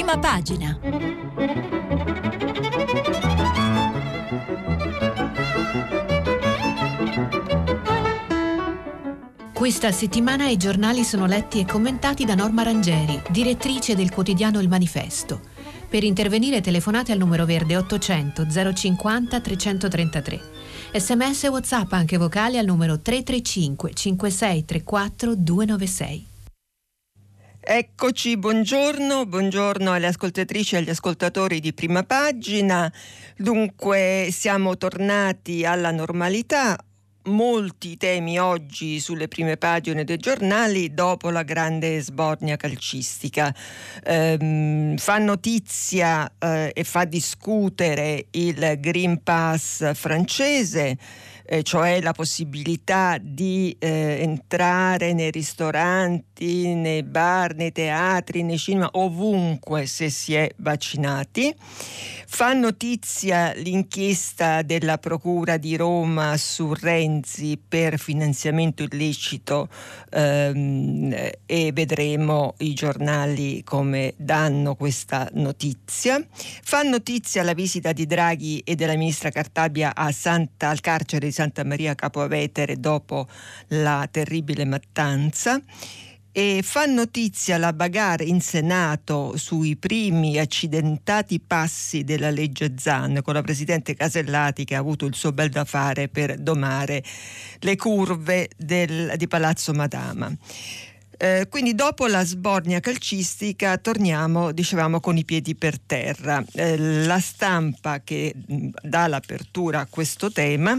Prima pagina. Questa settimana i giornali sono letti e commentati da Norma Rangieri, direttrice del quotidiano Il Manifesto. Per intervenire telefonate al numero verde 800 050 333. SMS e WhatsApp anche vocali al numero 335 5634 296. Eccoci, buongiorno alle ascoltatrici e agli ascoltatori di Prima Pagina. Dunque siamo tornati alla normalità. Molti temi oggi sulle prime pagine dei giornali dopo la grande sbornia calcistica. Fa notizia e fa discutere il Green Pass francese, cioè la possibilità di entrare nei ristoranti, nei bar, nei teatri, nei cinema, ovunque se si è vaccinati. Fa notizia l'inchiesta della Procura di Roma su Renzi per finanziamento illecito e vedremo i giornali come danno questa notizia. Fa notizia la visita di Draghi e della ministra Cartabia al carcere di Santa Maria Capua Vetere dopo la terribile mattanza. E fa notizia la bagarre in Senato sui primi accidentati passi della legge Zan, con la presidente Casellati che ha avuto il suo bel da fare per domare le curve di Palazzo Madama. Quindi dopo la sbornia calcistica torniamo, dicevamo, con i piedi per terra. La Stampa che dà l'apertura a questo tema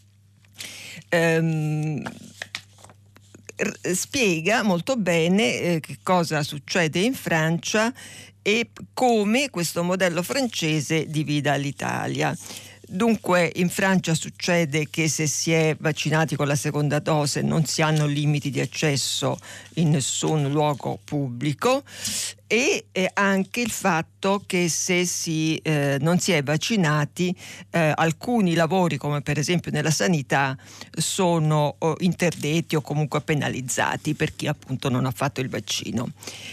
spiega molto bene che cosa succede in Francia e come questo modello francese divida l'Italia. Dunque in Francia succede che se si è vaccinati con la seconda dose non si hanno limiti di accesso in nessun luogo pubblico e anche il fatto che se non si è vaccinati alcuni lavori, come per esempio nella sanità, sono interdetti o comunque penalizzati per chi appunto non ha fatto il vaccino.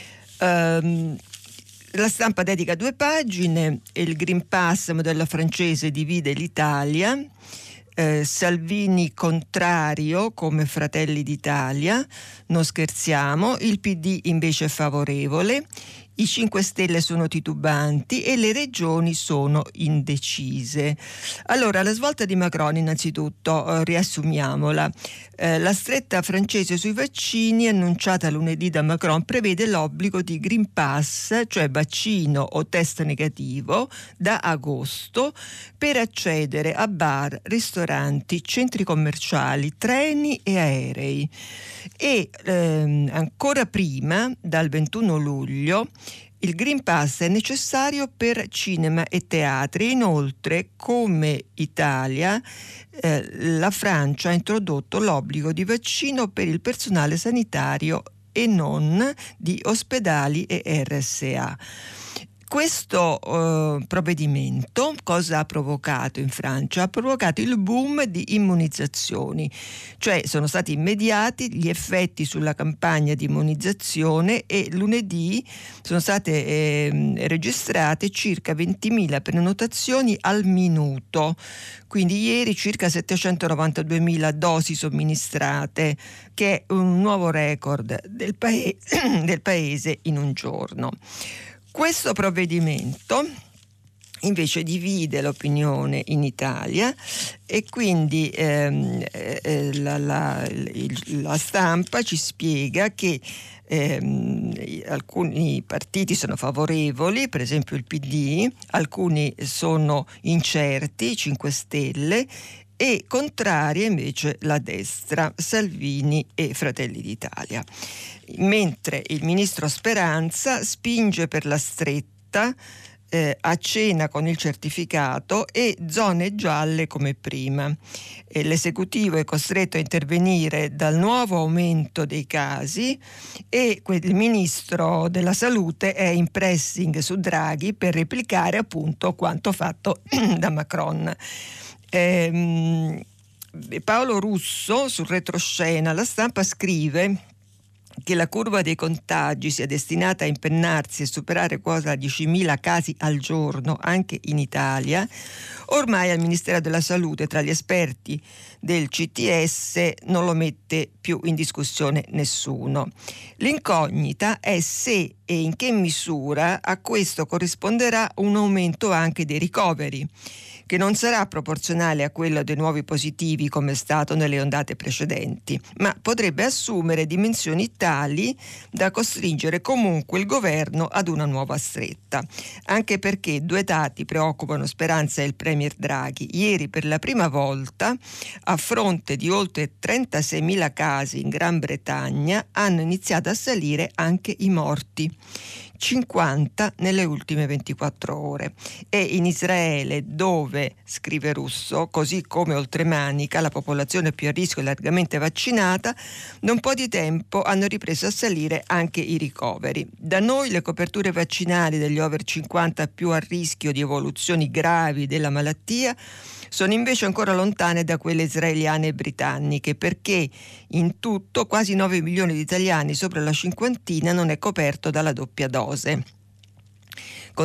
La Stampa dedica 2 pagine, il Green Pass modello francese divide l'Italia, Salvini contrario come Fratelli d'Italia, non scherziamo, il PD invece è favorevole, i 5 Stelle sono titubanti e le regioni sono indecise. Allora, la svolta di Macron innanzitutto, riassumiamola. La stretta francese sui vaccini annunciata lunedì da Macron prevede l'obbligo di Green Pass, cioè vaccino o test negativo, da agosto per accedere a bar, ristoranti, centri commerciali, treni e aerei. E ancora prima, dal 21 luglio, il Green Pass è necessario per cinema e teatri. Inoltre, come Italia, la Francia ha introdotto l'obbligo di vaccino per il personale sanitario e non di ospedali e RSA. Questo provvedimento cosa ha provocato in Francia? Ha provocato il boom di immunizzazioni, cioè sono stati immediati gli effetti sulla campagna di immunizzazione e lunedì sono state registrate circa 20.000 prenotazioni al minuto, quindi ieri circa 792.000 dosi somministrate, che è un nuovo record del paese in un giorno. Questo provvedimento invece divide l'opinione in Italia e quindi la Stampa ci spiega che alcuni partiti sono favorevoli, per esempio il PD, alcuni sono incerti, 5 Stelle, e contraria invece la destra, Salvini e Fratelli d'Italia. Mentre il ministro Speranza spinge per la stretta, a cena con il certificato e zone gialle come prima. L'esecutivo è costretto a intervenire dal nuovo aumento dei casi e il ministro della salute è in pressing su Draghi per replicare appunto quanto fatto da Macron. Paolo Russo sul retroscena La Stampa scrive che la curva dei contagi sia destinata a impennarsi e superare quota 10.000 casi al giorno anche in Italia, ormai al Ministero della Salute, tra gli esperti del CTS, non lo mette più in discussione nessuno. L'incognita è se e in che misura a questo corrisponderà un aumento anche dei ricoveri, che non sarà proporzionale a quello dei nuovi positivi come è stato nelle ondate precedenti, ma potrebbe assumere dimensioni tali da costringere comunque il governo ad una nuova stretta. Anche perché due dati preoccupano Speranza e il premier Draghi. Ieri per la prima volta, a fronte di oltre 36.000 casi in Gran Bretagna, hanno iniziato a salire anche i morti. 50 nelle ultime 24 ore. E in Israele, dove, scrive Russo, così come oltremanica, la popolazione più a rischio è largamente vaccinata, da un po' di tempo hanno ripreso a salire anche i ricoveri. Da noi le coperture vaccinali degli over 50 più a rischio di evoluzioni gravi della malattia sono invece ancora lontane da quelle israeliane e britanniche, perché in tutto quasi 9 milioni di italiani sopra la cinquantina non è coperto dalla doppia dose. Con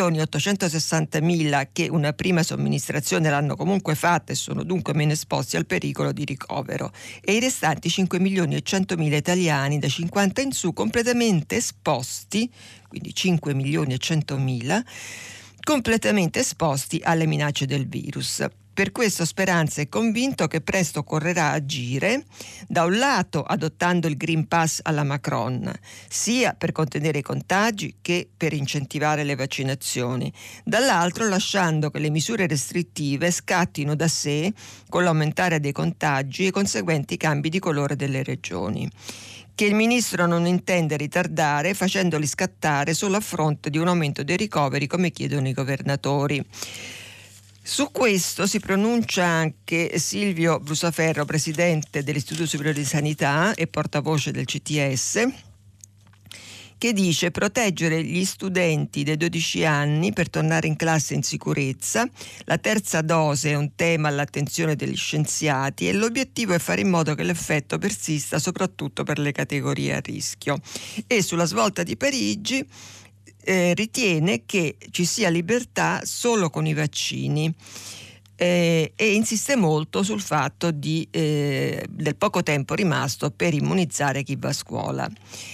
3.860.000 che una prima somministrazione l'hanno comunque fatta e sono dunque meno esposti al pericolo di ricovero, e i restanti 5.100.000 italiani da 50 in su completamente esposti, quindi 5.100.000, completamente esposti alle minacce del virus. Per questo Speranza è convinto che presto occorrerà agire, da un lato adottando il Green Pass alla Macron, sia per contenere i contagi che per incentivare le vaccinazioni, dall'altro lasciando che le misure restrittive scattino da sé con l'aumentare dei contagi e i conseguenti cambi di colore delle regioni, che il ministro non intende ritardare facendoli scattare solo a fronte di un aumento dei ricoveri come chiedono i governatori. Su questo si pronuncia anche Silvio Brusaferro, presidente dell'Istituto Superiore di Sanità e portavoce del CTS, che dice: proteggere gli studenti dai 12 anni per tornare in classe in sicurezza, la terza dose è un tema all'attenzione degli scienziati e l'obiettivo è fare in modo che l'effetto persista soprattutto per le categorie a rischio. E sulla svolta di Parigi ritiene che ci sia libertà solo con i vaccini. E insiste molto sul fatto del poco tempo rimasto per immunizzare chi va a scuola.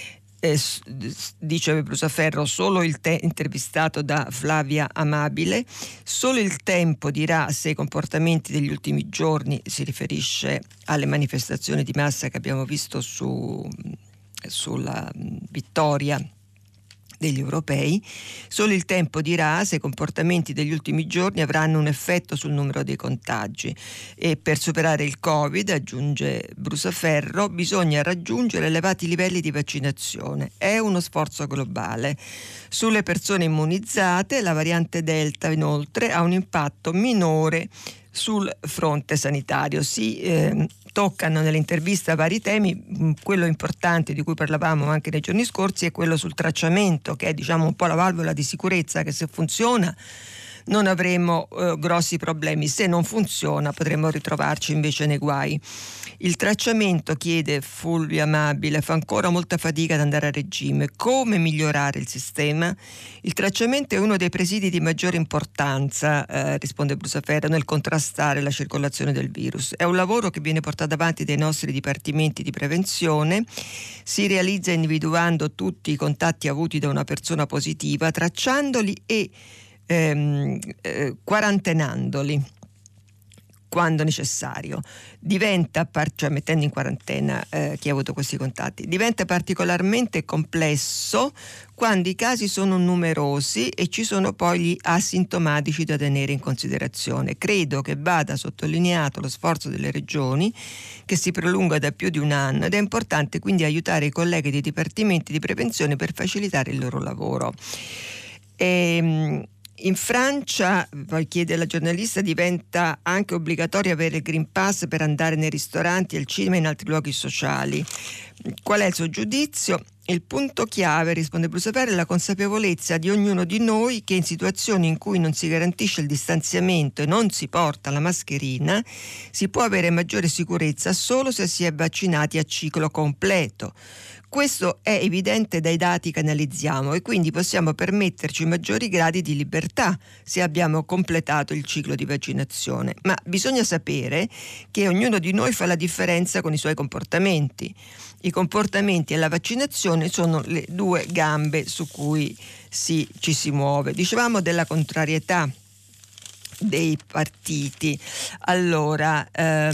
Dice Brusaferro, intervistato da Flavia Amabile, solo il tempo dirà se i comportamenti degli ultimi giorni, si riferisce alle manifestazioni di massa che abbiamo visto sulla vittoria degli europei, solo il tempo dirà se i comportamenti degli ultimi giorni avranno un effetto sul numero dei contagi, e per superare il Covid, aggiunge Brusaferro, bisogna raggiungere elevati livelli di vaccinazione. È uno sforzo globale. Sulle persone immunizzate la variante Delta inoltre ha un impatto minore sul fronte sanitario. Si toccano nell'intervista vari temi. Quello importante di cui parlavamo anche nei giorni scorsi è quello sul tracciamento, che è un po' la valvola di sicurezza, che se funziona non avremo grossi problemi, se non funziona potremo ritrovarci invece nei guai. Il tracciamento, chiede Fulvio Amabile, fa ancora molta fatica ad andare a regime. Come migliorare il sistema? Il tracciamento è uno dei presidi di maggiore importanza, risponde Brusaferro, nel contrastare la circolazione del virus. È un lavoro che viene portato avanti dai nostri dipartimenti di prevenzione, si realizza individuando tutti i contatti avuti da una persona positiva, tracciandoli e quarantenandoli quando necessario. Mettendo in quarantena chi ha avuto questi contatti. Diventa particolarmente complesso quando i casi sono numerosi e ci sono poi gli asintomatici da tenere in considerazione. Credo che vada sottolineato lo sforzo delle regioni, che si prolunga da più di un anno, ed è importante quindi aiutare i colleghi dei dipartimenti di prevenzione per facilitare il loro lavoro. In Francia, poi chiede la giornalista, diventa anche obbligatorio avere il Green Pass per andare nei ristoranti, al cinema e in altri luoghi sociali. Qual è il suo giudizio? Il punto chiave, risponde Brusaper, è la consapevolezza di ognuno di noi che in situazioni in cui non si garantisce il distanziamento e non si porta la mascherina, si può avere maggiore sicurezza solo se si è vaccinati a ciclo completo. Questo è evidente dai dati che analizziamo e quindi possiamo permetterci maggiori gradi di libertà se abbiamo completato il ciclo di vaccinazione. Ma bisogna sapere che ognuno di noi fa la differenza con i suoi comportamenti. I comportamenti e la vaccinazione sono le due gambe su cui ci si muove. Dicevamo della contrarietà dei partiti. Allora,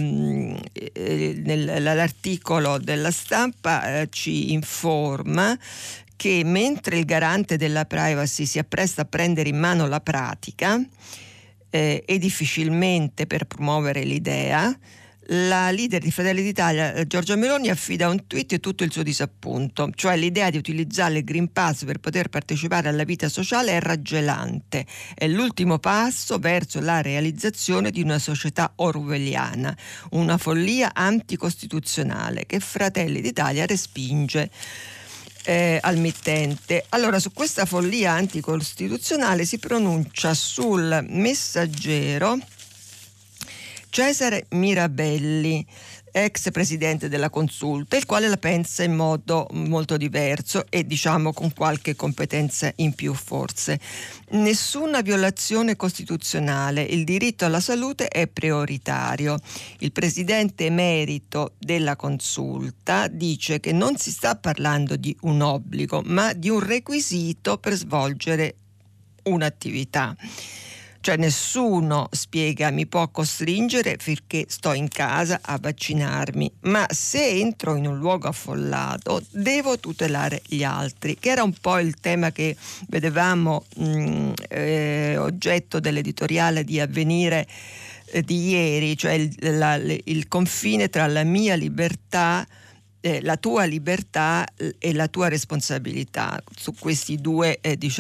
l'articolo della Stampa ci informa che mentre il garante della privacy si appresta a prendere in mano la pratica e difficilmente per promuovere l'idea, la leader di Fratelli d'Italia, Giorgia Meloni, affida un tweet e tutto il suo disappunto, cioè l'idea di utilizzare il Green Pass per poter partecipare alla vita sociale è raggelante, è l'ultimo passo verso la realizzazione di una società orwelliana, una follia anticostituzionale che Fratelli d'Italia respinge al mittente. Allora, su questa follia anticostituzionale si pronuncia sul Messaggero Cesare Mirabelli, ex presidente della Consulta, il quale la pensa in modo molto diverso e diciamo con qualche competenza in più forse. Nessuna violazione costituzionale, il diritto alla salute è prioritario. Il presidente emerito della Consulta dice che non si sta parlando di un obbligo, ma di un requisito per svolgere un'attività. Cioè nessuno, spiega, mi può costringere finché sto in casa a vaccinarmi, ma se entro in un luogo affollato devo tutelare gli altri, che era un po' il tema che vedevamo oggetto dell'editoriale di Avvenire di ieri, cioè il confine tra la mia libertà, la tua libertà e la tua responsabilità, su questi due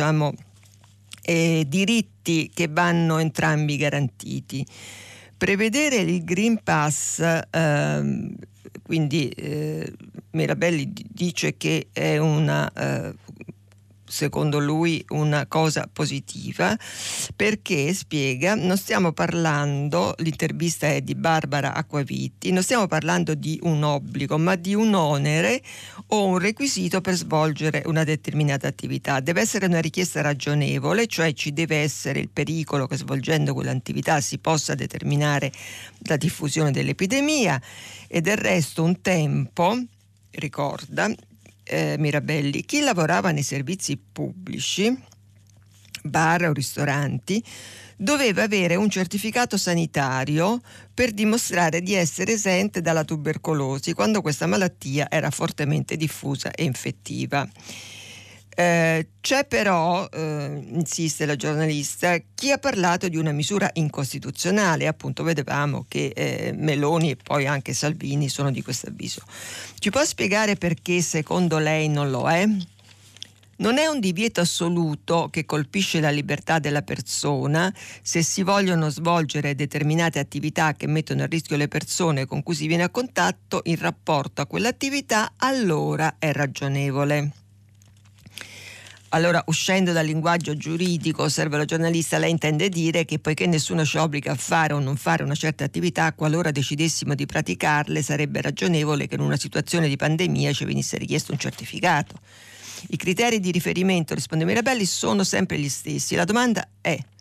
diritti che vanno entrambi garantiti. Prevedere il Green Pass, quindi Mirabelli dice che è secondo lui una cosa positiva, perché, spiega, non stiamo parlando, l'intervista è di Barbara Acquavitti, non stiamo parlando di un obbligo, ma di un onere o un requisito per svolgere una determinata attività. Deve essere una richiesta ragionevole, cioè ci deve essere il pericolo che svolgendo quell'attività si possa determinare la diffusione dell'epidemia, e del resto un tempo, ricorda Mirabelli, chi lavorava nei servizi pubblici, bar o ristoranti, doveva avere un certificato sanitario per dimostrare di essere esente dalla tubercolosi quando questa malattia era fortemente diffusa e infettiva. C'è però, insiste la giornalista, chi ha parlato di una misura incostituzionale. Appunto vedevamo che Meloni e poi anche Salvini sono di questo avviso. Ci può spiegare perché secondo lei non lo è? Non è un divieto assoluto che colpisce la libertà della persona se si vogliono svolgere determinate attività che mettono a rischio le persone con cui si viene a contatto in rapporto a quell'attività, allora è ragionevole. Allora, uscendo dal linguaggio giuridico, osserva la giornalista, lei intende dire che poiché nessuno ci obbliga a fare o non fare una certa attività, qualora decidessimo di praticarle, sarebbe ragionevole che in una situazione di pandemia ci venisse richiesto un certificato. I criteri di riferimento, risponde Mirabelli, sono sempre gli stessi. La domanda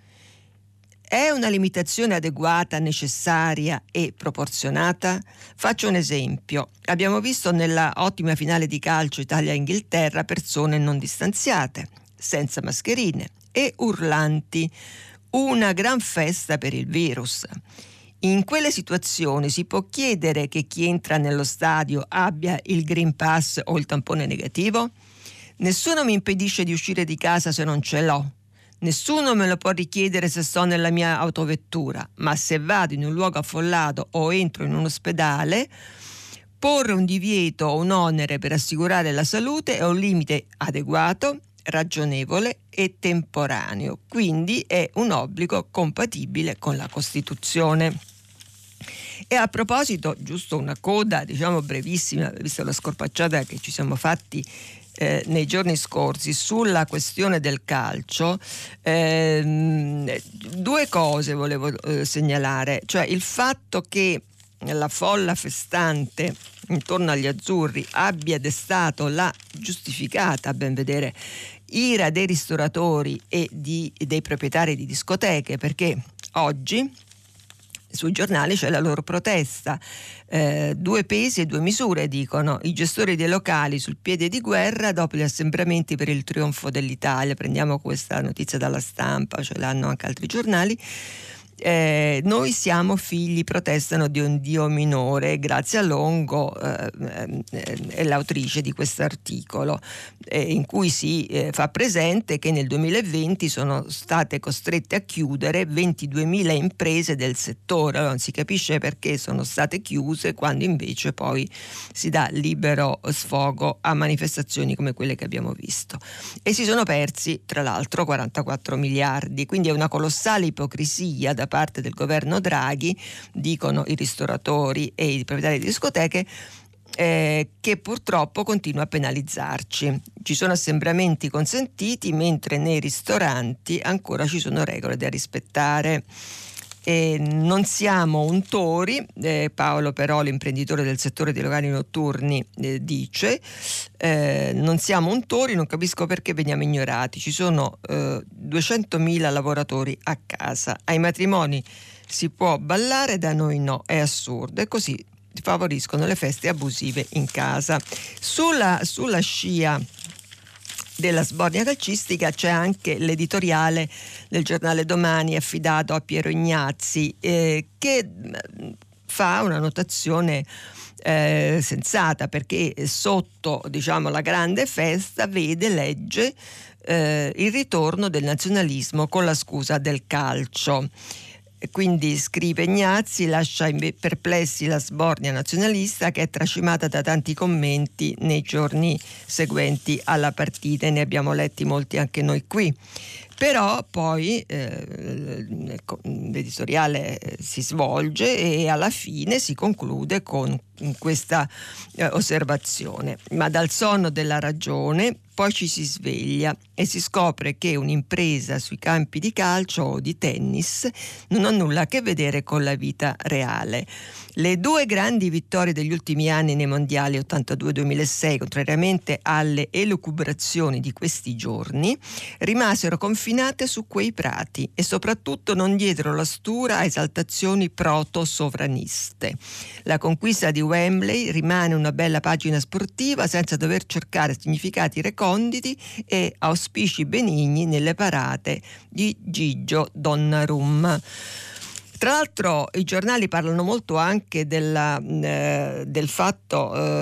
è una limitazione adeguata, necessaria e proporzionata? Faccio un esempio. Abbiamo visto nella ottima finale di calcio Italia-Inghilterra persone non distanziate, senza mascherine e urlanti. Una gran festa per il virus. In quelle situazioni si può chiedere che chi entra nello stadio abbia il Green Pass o il tampone negativo? Nessuno mi impedisce di uscire di casa se non ce l'ho. Nessuno me lo può richiedere se sto nella mia autovettura, ma se vado in un luogo affollato o entro in un ospedale, porre un divieto o un onere per assicurare la salute è un limite adeguato, ragionevole e temporaneo, quindi è un obbligo compatibile con la Costituzione. E a proposito, giusto una coda, brevissima, visto la scorpacciata che ci siamo fatti nei giorni scorsi sulla questione del calcio, due cose volevo segnalare, cioè il fatto che la folla festante intorno agli azzurri abbia destato la giustificata, a ben vedere, ira dei ristoratori e dei proprietari di discoteche, perché oggi sui giornali c'è la loro protesta. Due pesi e due misure, dicono i gestori dei locali sul piede di guerra dopo gli assembramenti per il trionfo dell'Italia. Prendiamo questa notizia dalla Stampa, ce l'hanno anche altri giornali. Noi siamo figli, protestano, di un dio minore. Grazia Longo è l'autrice di questo articolo in cui si fa presente che nel 2020 sono state costrette a chiudere 22.000 imprese del settore. Allora non si capisce perché sono state chiuse quando invece poi si dà libero sfogo a manifestazioni come quelle che abbiamo visto, e si sono persi tra l'altro 44 miliardi, quindi è una colossale ipocrisia da parte del governo Draghi, dicono i ristoratori e i proprietari di discoteche, che purtroppo continua a penalizzarci. Ci sono assembramenti consentiti mentre nei ristoranti ancora ci sono regole da rispettare. Non siamo untori, Paolo Però, imprenditore del settore dei locali notturni, dice non siamo untori, non capisco perché veniamo ignorati, ci sono 200.000 lavoratori a casa, ai matrimoni si può ballare, da noi no, è assurdo, e così favoriscono le feste abusive in casa. Sulla scia della sbornia calcistica c'è anche l'editoriale del giornale Domani affidato a Piero Ignazzi, che fa una notazione sensata, perché sotto, diciamo, la grande festa legge il ritorno del nazionalismo con la scusa del calcio. Quindi, scrive Ignazzi, lascia perplessi la sbornia nazionalista che è tracimata da tanti commenti nei giorni seguenti alla partita, e ne abbiamo letti molti anche noi qui. Però poi l'editoriale si svolge e alla fine si conclude con questa osservazione: ma dal sonno della ragione poi ci si sveglia e si scopre che un'impresa sui campi di calcio o di tennis non ha nulla a che vedere con la vita reale. Le due grandi vittorie degli ultimi anni nei mondiali 82-2006, contrariamente alle elucubrazioni di questi giorni, rimasero confinate su quei prati e soprattutto non diedero la stura a esaltazioni proto-sovraniste. La conquista di Wembley rimane una bella pagina sportiva senza dover cercare significati reconditi e auspici benigni nelle parate di Gigio Donnarumma. Tra l'altro i giornali parlano molto anche del fatto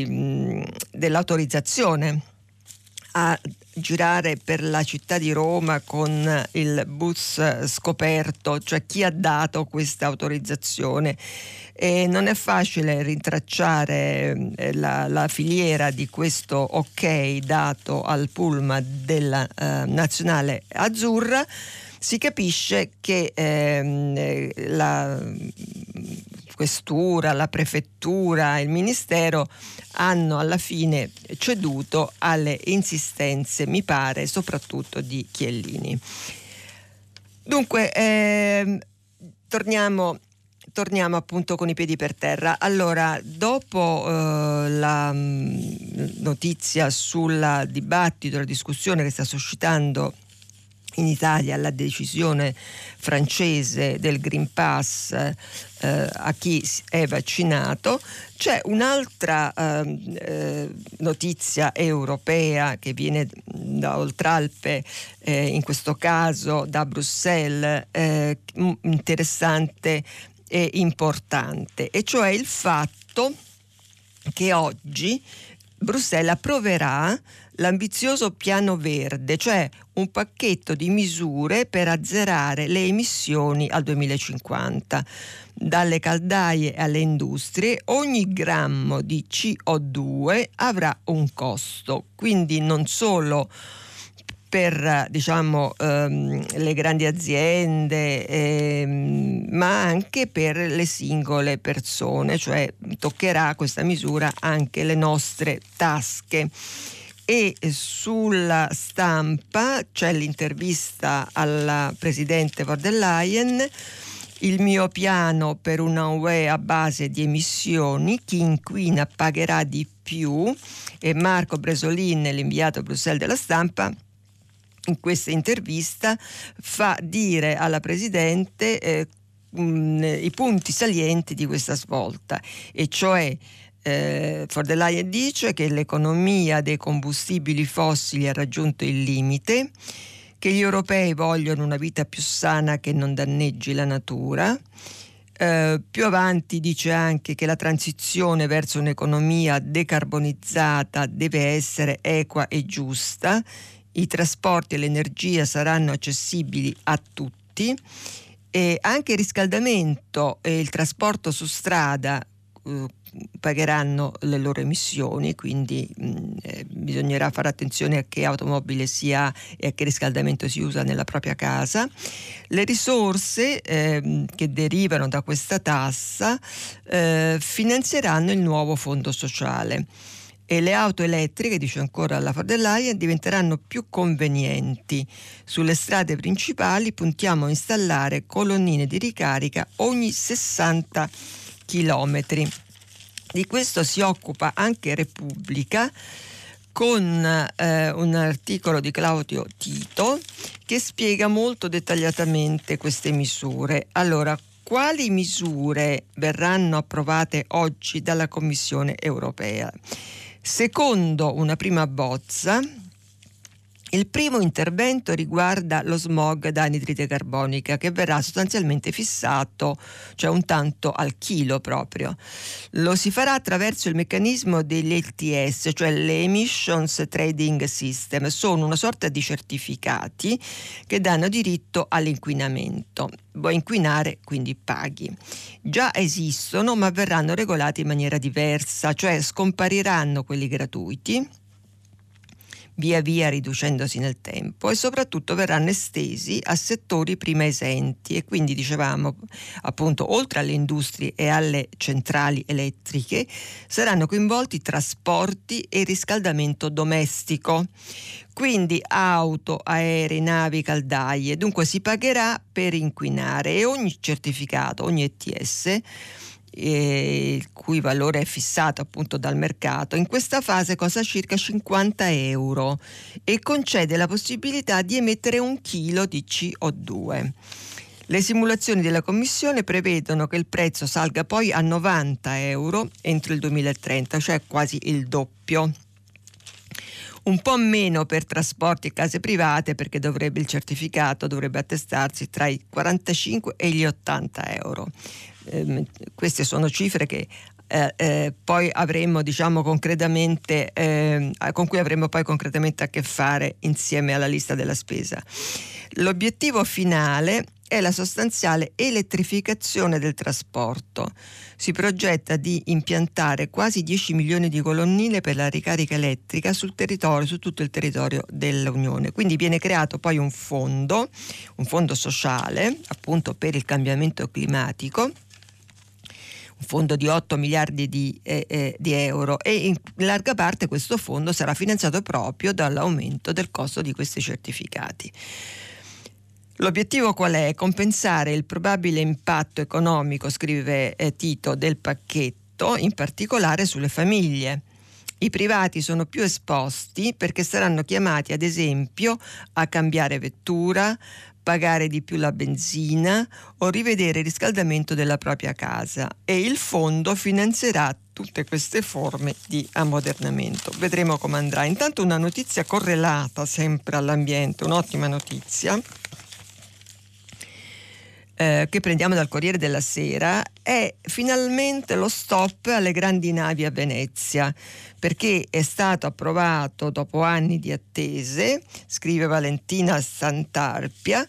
dell'autorizzazione a girare per la città di Roma con il bus scoperto, cioè chi ha dato questa autorizzazione. E non è facile rintracciare la filiera di questo ok dato al pullman della nazionale azzurra. Si capisce che la questura, la prefettura, il ministero hanno alla fine ceduto alle insistenze, mi pare, soprattutto di Chiellini. Dunque, torniamo appunto con i piedi per terra. Allora, dopo la notizia sul dibattito, la discussione che sta suscitando in Italia la decisione francese del Green Pass a chi è vaccinato, c'è un'altra notizia europea che viene da Oltralpe, in questo caso da Bruxelles, interessante e importante, e cioè il fatto che oggi Bruxelles approverà l'ambizioso piano verde, cioè un pacchetto di misure per azzerare le emissioni al 2050. Dalle caldaie alle industrie, ogni grammo di CO2 avrà un costo, quindi non solo per le grandi aziende, ma anche per le singole persone, cioè toccherà questa misura anche le nostre tasche. E sulla Stampa c'è l'intervista alla presidente von der Leyen. Il mio piano per una UE a base di emissioni, chi inquina pagherà di più, e Marco Bresolin, l'inviato a Bruxelles della Stampa, in questa intervista fa dire alla presidente i punti salienti di questa svolta, e cioè von der Leyen dice che l'economia dei combustibili fossili ha raggiunto il limite, che gli europei vogliono una vita più sana che non danneggi la natura. Più avanti dice anche che la transizione verso un'economia decarbonizzata deve essere equa e giusta, i trasporti e l'energia saranno accessibili a tutti, e anche il riscaldamento e il trasporto su strada pagheranno le loro emissioni, quindi bisognerà fare attenzione a che automobile si ha e a che riscaldamento si usa nella propria casa. Le risorse che derivano da questa tassa finanzieranno il nuovo fondo sociale, e le auto elettriche, dice ancora la von der Leyen, diventeranno più convenienti. Sulle strade principali puntiamo a installare colonnine di ricarica ogni 60 chilometri. Di questo si occupa anche Repubblica con un articolo di Claudio Tito che spiega molto dettagliatamente queste misure. Allora, quali misure verranno approvate oggi dalla Commissione europea? Secondo una prima bozza, il primo intervento riguarda lo smog da anidride carbonica, che verrà sostanzialmente fissato, cioè un tanto al chilo proprio. Lo si farà attraverso il meccanismo degli ETS, cioè le Emissions Trading System. Sono una sorta di certificati che danno diritto all'inquinamento. Vuoi inquinare, quindi paghi. Già esistono, ma verranno regolati in maniera diversa, cioè scompariranno quelli gratuiti, via via riducendosi nel tempo, e soprattutto verranno estesi a settori prima esenti, e quindi dicevamo appunto oltre alle industrie e alle centrali elettriche saranno coinvolti trasporti e riscaldamento domestico, quindi auto, aerei, navi, caldaie. Dunque si pagherà per inquinare, e ogni certificato, ogni ETS, il cui valore è fissato appunto dal mercato, in questa fase costa circa 50 euro e concede la possibilità di emettere 1 chilo di CO2. Le simulazioni della Commissione prevedono che il prezzo salga poi a 90 euro entro il 2030, cioè quasi il doppio. Un po' meno per trasporti e case private, perché il certificato dovrebbe attestarsi tra i 45 e gli 80 euro. Queste sono cifre che poi avremo, diciamo, concretamente con cui avremo poi concretamente a che fare insieme alla lista della spesa. L'obiettivo finale è la sostanziale elettrificazione del trasporto. Si progetta di impiantare quasi 10 milioni di colonnine per la ricarica elettrica su tutto il territorio dell'Unione. Quindi viene creato poi un fondo sociale, appunto per il cambiamento climatico, un fondo di 8 miliardi di euro, e in larga parte questo fondo sarà finanziato proprio dall'aumento del costo di questi certificati. L'obiettivo qual è? Compensare il probabile impatto economico, scrive Tito, del pacchetto, in particolare sulle famiglie. I privati sono più esposti perché saranno chiamati ad esempio a cambiare vettura, pagare di più la benzina o rivedere il riscaldamento della propria casa, e il fondo finanzierà tutte queste forme di ammodernamento. Vedremo come andrà. Intanto una notizia correlata sempre all'ambiente, un'ottima notizia che prendiamo dal Corriere della Sera, è finalmente lo stop alle grandi navi a Venezia, perché è stato approvato dopo anni di attese, scrive Valentina Santarpia,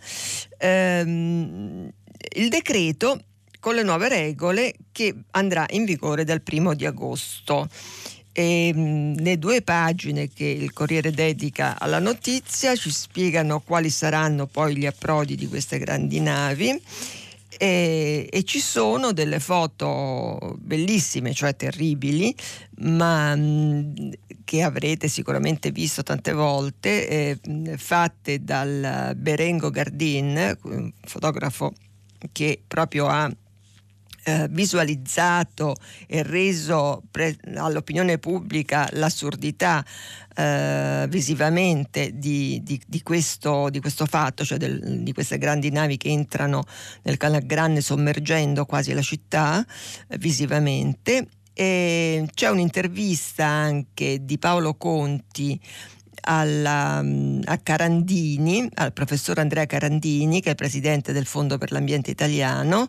il decreto con le nuove regole che andrà in vigore dal 1 di agosto. E le 2 pagine che il Corriere dedica alla notizia ci spiegano quali saranno poi gli approdi di queste grandi navi, E ci sono delle foto bellissime, cioè terribili, ma che avrete sicuramente visto tante volte, fatte dal Berengo Gardin, un fotografo che proprio ha visualizzato e reso all'opinione pubblica l'assurdità visivamente di questo fatto, cioè di queste grandi navi che entrano nel Canal Grande sommergendo quasi la città visivamente. E c'è un'intervista anche di Paolo Conti a Carandini, al professor Andrea Carandini, che è presidente del Fondo per l'Ambiente Italiano,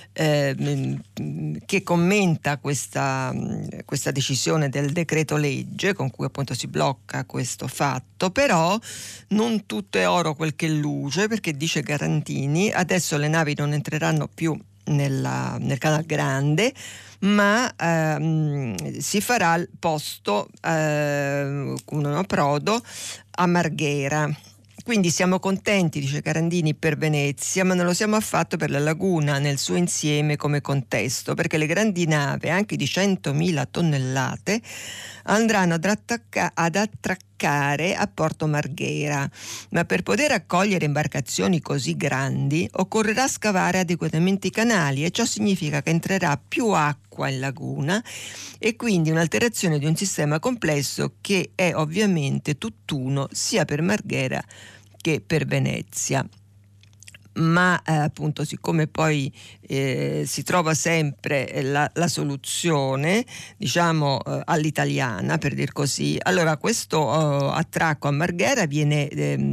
che commenta questa decisione del decreto legge con cui appunto si blocca questo fatto. Però non tutto è oro quel che luce, perché dice Carandini adesso le navi non entreranno più nel Canal Grande, ma si farà il posto un approdo a Marghera. Quindi siamo contenti, dice Carandini, per Venezia, ma non lo siamo affatto per la laguna nel suo insieme come contesto, perché le grandi navi, anche di 100.000 tonnellate, andranno ad attraccare a Porto Marghera, ma per poter accogliere imbarcazioni così grandi occorrerà scavare adeguatamente i canali, e ciò significa che entrerà più acqua in laguna e quindi un'alterazione di un sistema complesso che è ovviamente tutt'uno sia per Marghera che per Venezia. Ma appunto, siccome poi si trova sempre la soluzione, diciamo all'italiana, per dir così, allora questo attracco a Marghera viene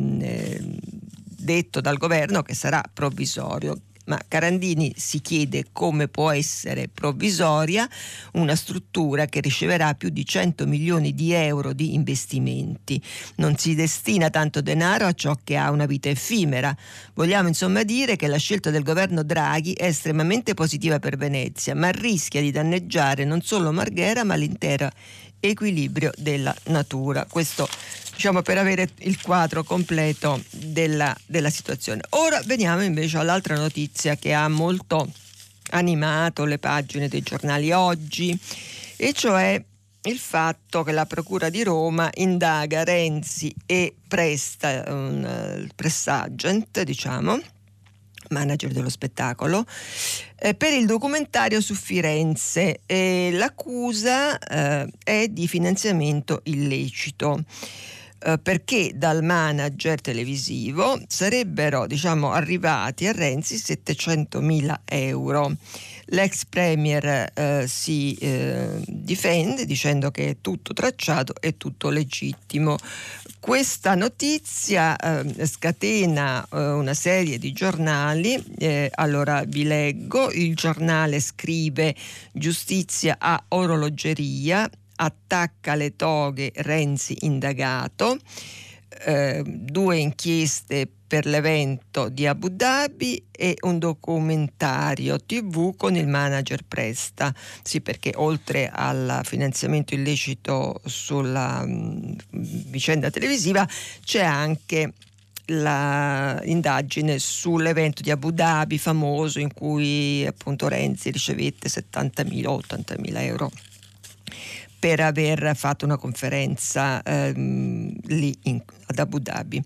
detto dal governo che sarà provvisorio. Ma Carandini si chiede come può essere provvisoria una struttura che riceverà più di 100 milioni di euro di investimenti. Non si destina tanto denaro a ciò che ha una vita effimera. Vogliamo insomma dire che la scelta del governo Draghi è estremamente positiva per Venezia, ma rischia di danneggiare non solo Marghera ma l'intero equilibrio della natura. Questo, diciamo, per avere il quadro completo della situazione. Ora veniamo invece all'altra notizia che ha molto animato le pagine dei giornali oggi, e cioè il fatto che la Procura di Roma indaga Renzi e Presta, il press agent, diciamo, manager dello spettacolo, per il documentario su Firenze. L'accusa è di finanziamento illecito, perché dal manager televisivo sarebbero, diciamo, arrivati a Renzi 700.000 euro. L'ex premier si difende dicendo che è tutto tracciato e tutto legittimo. Questa notizia scatena una serie di giornali, allora vi leggo. Il Giornale scrive: giustizia a orologeria, attacca le toghe, Renzi indagato. 2 inchieste per l'evento di Abu Dhabi e un documentario TV con il manager Presta. Sì, perché oltre al finanziamento illecito sulla vicenda televisiva c'è anche l'indagine sull'evento di Abu Dhabi famoso in cui appunto Renzi ricevette 70.000 o 80.000 euro per aver fatto una conferenza lì ad Abu Dhabi.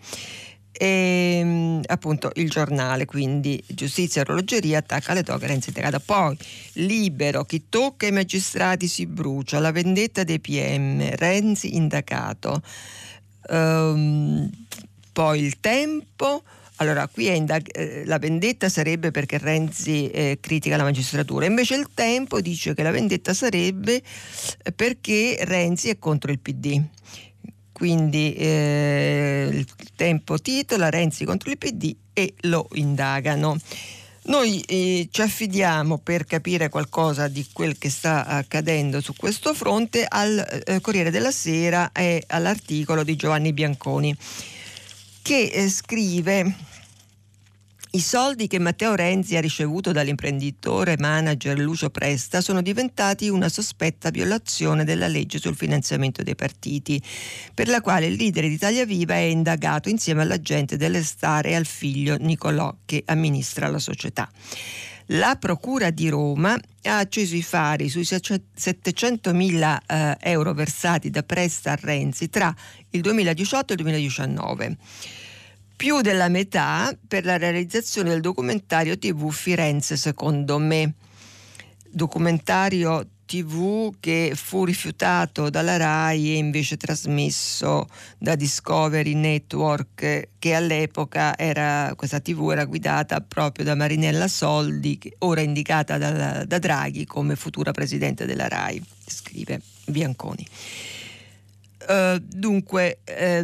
E appunto il Giornale, quindi giustizia e orologeria, attacca le toghe, Renzi indagato. Poi Libero, chi tocca i magistrati si brucia, la vendetta dei PM, Renzi indagato. Poi Il Tempo. Allora, qui la vendetta sarebbe perché Renzi critica la magistratura, invece Il Tempo dice che la vendetta sarebbe perché Renzi è contro il PD. Quindi Il Tempo titola Renzi contro il PD e lo indagano. Noi ci affidiamo, per capire qualcosa di quel che sta accadendo su questo fronte, al Corriere della Sera e all'articolo di Giovanni Bianconi, che scrive I soldi che Matteo Renzi ha ricevuto dall'imprenditore manager Lucio Presta sono diventati una sospetta violazione della legge sul finanziamento dei partiti, per la quale il leader di Italia Viva è indagato insieme all'agente dell'Estar e al figlio Nicolò che amministra la società. La Procura di Roma ha acceso i fari sui 700.000 euro versati da Presta a Renzi tra il 2018 e il 2019. Più della metà per la realizzazione del documentario TV Firenze secondo me, documentario TV che fu rifiutato dalla RAI e invece trasmesso da Discovery Network, che all'epoca questa TV era guidata proprio da Marinella Soldi, ora indicata da Draghi come futura presidente della RAI, scrive Bianconi. Dunque, e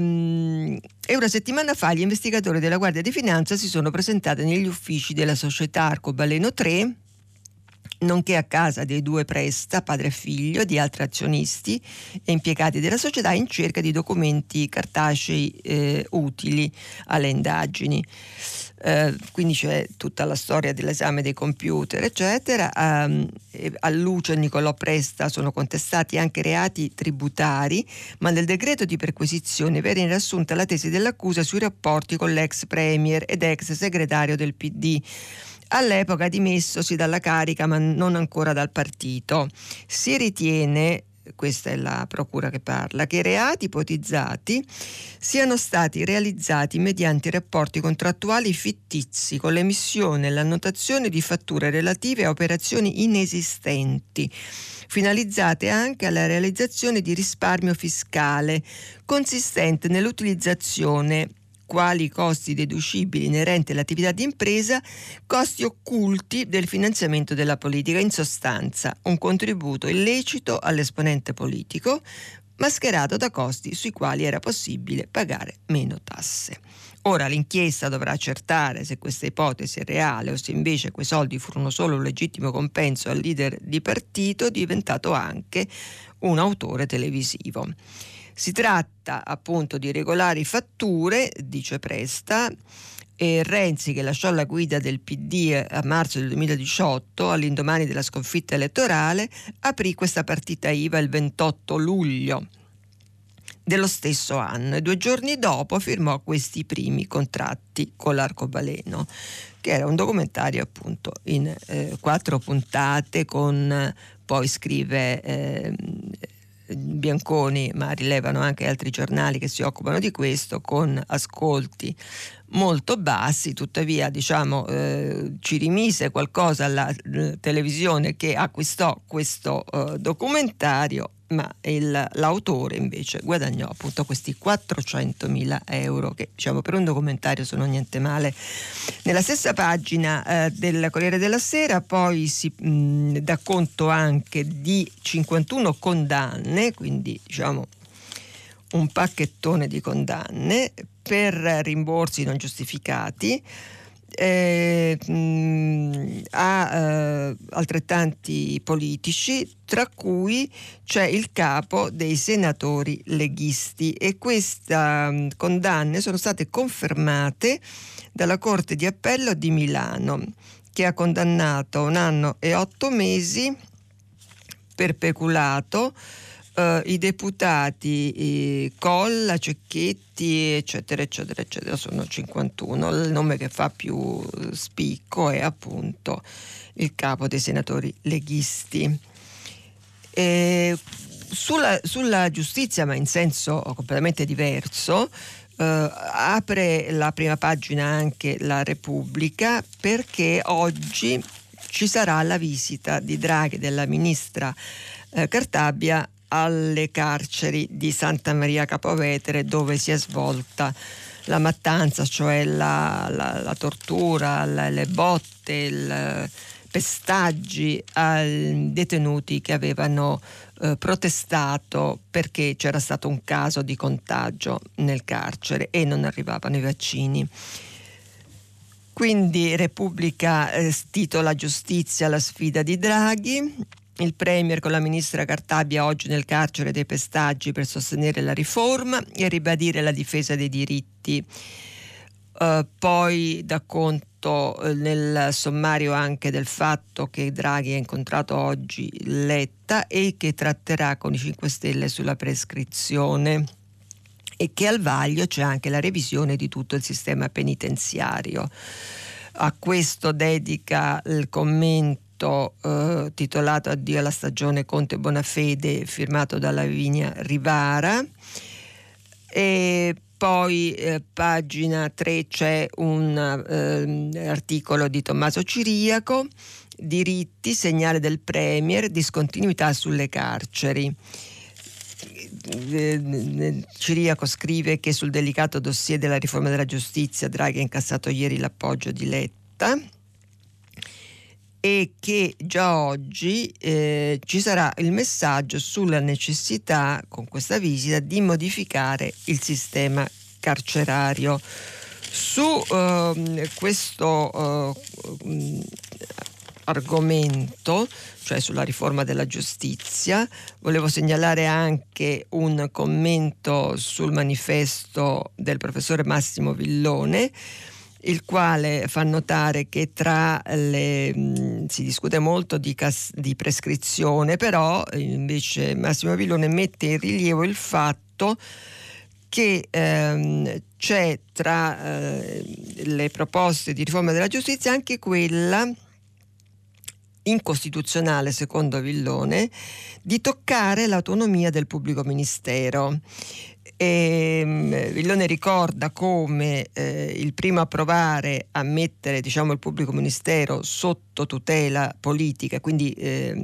una settimana fa gli investigatori della Guardia di Finanza si sono presentati negli uffici della società Arcobaleno 3, nonché a casa dei due Presta, padre e figlio, di altri azionisti e impiegati della società in cerca di documenti cartacei utili alle indagini. Quindi c'è tutta la storia dell'esame dei computer, eccetera. A Lucio e Nicolò Presta sono contestati anche reati tributari, ma nel decreto di perquisizione viene riassunta la tesi dell'accusa sui rapporti con l'ex premier ed ex segretario del PD, all'epoca dimessosi dalla carica ma non ancora dal partito. Si ritiene, questa è la procura che parla, che i reati ipotizzati siano stati realizzati mediante rapporti contrattuali fittizi con l'emissione e l'annotazione di fatture relative a operazioni inesistenti, finalizzate anche alla realizzazione di risparmio fiscale consistente nell'utilizzazione, quali costi deducibili inerenti all'attività di impresa, costi occulti del finanziamento della politica, in sostanza un contributo illecito all'esponente politico mascherato da costi sui quali era possibile pagare meno tasse. Ora l'inchiesta dovrà accertare se questa ipotesi è reale o se invece quei soldi furono solo un legittimo compenso al leader di partito diventato anche un autore televisivo. Si tratta appunto di regolari fatture, dice Presta, e Renzi, che lasciò la guida del PD a marzo del 2018, all'indomani della sconfitta elettorale, aprì questa partita IVA il 28 luglio dello stesso anno e 2 giorni dopo firmò questi primi contratti con l'Arcobaleno, che era un documentario appunto in 4 puntate con, poi scrive Bianconi, ma rilevano anche altri giornali che si occupano di questo, con ascolti molto bassi. Tuttavia ci rimise qualcosa alla televisione che acquistò questo documentario, ma l'autore invece guadagnò appunto questi 400.000 euro che per un documentario sono niente male. Nella stessa pagina del Corriere della Sera poi si dà conto anche di 51 condanne, quindi un pacchettone di condanne per rimborsi non giustificati a altrettanti politici, tra cui c'è il capo dei senatori leghisti, e queste condanne sono state confermate dalla Corte di Appello di Milano, che ha condannato 1 anno e 8 mesi per peculato i deputati Colla, Cecchetti, eccetera eccetera eccetera, sono 51. Il nome che fa più spicco è appunto il capo dei senatori leghisti. Sulla giustizia, ma in senso completamente diverso, apre la prima pagina anche la Repubblica, perché oggi ci sarà la visita di Draghi, della ministra Cartabia, alle carceri di Santa Maria Capovetere, dove si è svolta la mattanza, cioè la tortura, le botte, i pestaggi ai detenuti che avevano protestato perché c'era stato un caso di contagio nel carcere e non arrivavano i vaccini. Quindi Repubblica titola Giustizia, la sfida di Draghi. Il premier con la ministra Cartabia oggi nel carcere dei pestaggi per sostenere la riforma e ribadire la difesa dei diritti. Poi dà conto molto nel sommario anche del fatto che Draghi ha incontrato oggi Letta e che tratterà con i 5 Stelle sulla prescrizione, e che al vaglio c'è anche la revisione di tutto il sistema penitenziario. A questo dedica il commento titolato Addio alla stagione Conte Bonafede, firmato da Lavinia Rivara. E poi pagina 3 c'è un articolo di Tommaso Ciriaco, diritti, segnale del Premier, discontinuità sulle carceri. Ciriaco scrive che sul delicato dossier della riforma della giustizia Draghi ha incassato ieri l'appoggio di Letta e che già oggi ci sarà il messaggio sulla necessità, con questa visita, di modificare il sistema carcerario. Su questo argomento, cioè sulla riforma della giustizia, volevo segnalare anche un commento sul manifesto del professore Massimo Villone, il quale fa notare che si discute molto di prescrizione, però invece Massimo Villone mette in rilievo il fatto che c'è tra le proposte di riforma della giustizia anche quella incostituzionale, secondo Villone, di toccare l'autonomia del pubblico ministero. Villone ricorda come il primo a provare a mettere, diciamo, il pubblico ministero sotto tutela politica, quindi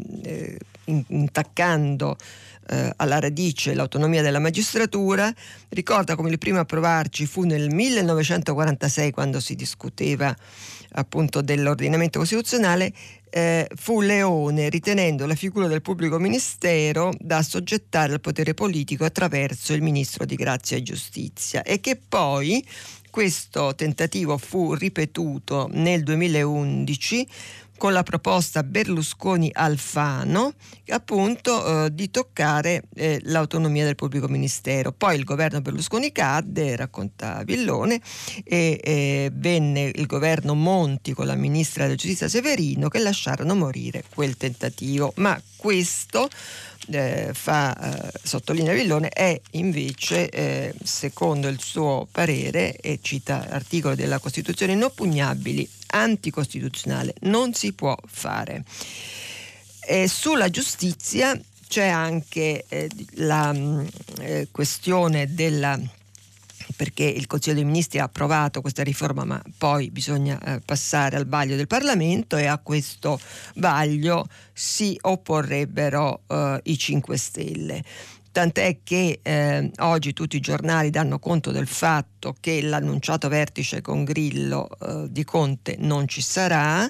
intaccando alla radice l'autonomia della magistratura, ricorda come il primo a provarci fu nel 1946, quando si discuteva appunto dell'ordinamento costituzionale. Fu Leone, ritenendo la figura del pubblico ministero da assoggettare al potere politico attraverso il ministro di Grazia e Giustizia, e che poi questo tentativo fu ripetuto nel 2011 con la proposta Berlusconi-Alfano, appunto di toccare l'autonomia del pubblico ministero. Poi il governo Berlusconi cadde, racconta Villone, e venne il governo Monti con la ministra della giustizia Severino, che lasciarono morire quel tentativo. Ma questo, sottolinea Villone, è invece, secondo il suo parere, e cita articoli della Costituzione inoppugnabili, anticostituzionale, non si può fare. Sulla giustizia c'è anche la questione perché il Consiglio dei Ministri ha approvato questa riforma, ma poi bisogna passare al vaglio del Parlamento, e a questo vaglio si opporrebbero i 5 Stelle. Tant'è che oggi tutti i giornali danno conto del fatto che l'annunciato vertice con Grillo di Conte non ci sarà,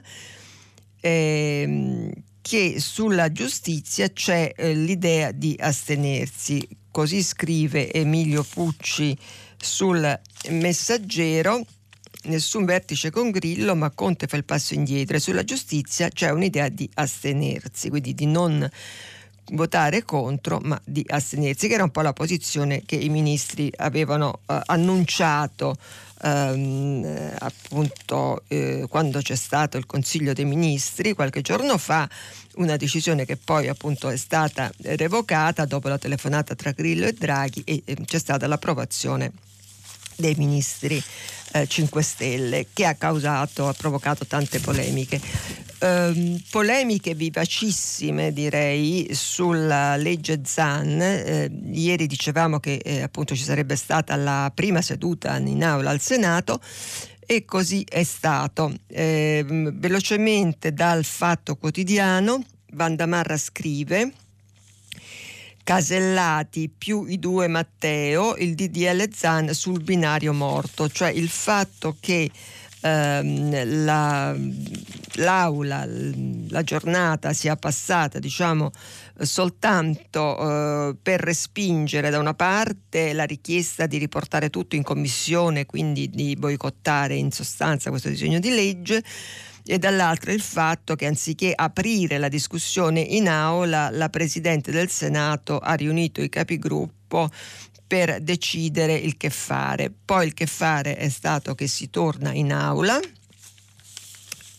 che sulla giustizia c'è l'idea di astenersi. Così scrive Emilio Pucci sul Messaggero: nessun vertice con Grillo, ma Conte fa il passo indietro, e sulla giustizia c'è un'idea di astenersi, quindi di non votare contro, ma di astenersi, che era un po' la posizione che i ministri avevano annunciato appunto quando c'è stato il Consiglio dei Ministri qualche giorno fa, una decisione che poi appunto è stata revocata dopo la telefonata tra Grillo e Draghi, e c'è stata l'approvazione dei ministri 5 Stelle, che ha provocato tante polemiche. Polemiche vivacissime, direi, sulla legge Zan. Ieri dicevamo che appunto ci sarebbe stata la prima seduta in aula al Senato, e così è stato. Velocemente dal Fatto Quotidiano, Vandamarra scrive: Casellati più i 2 Matteo, il DDL Zan sul binario morto, cioè il fatto che l'aula, la giornata sia passata, diciamo, soltanto per respingere da una parte la richiesta di riportare tutto in commissione, quindi di boicottare in sostanza questo disegno di legge, e dall'altra il fatto che anziché aprire la discussione in aula, la Presidente del Senato ha riunito i capigruppo per decidere il che fare. Poi il che fare è stato che si torna in aula,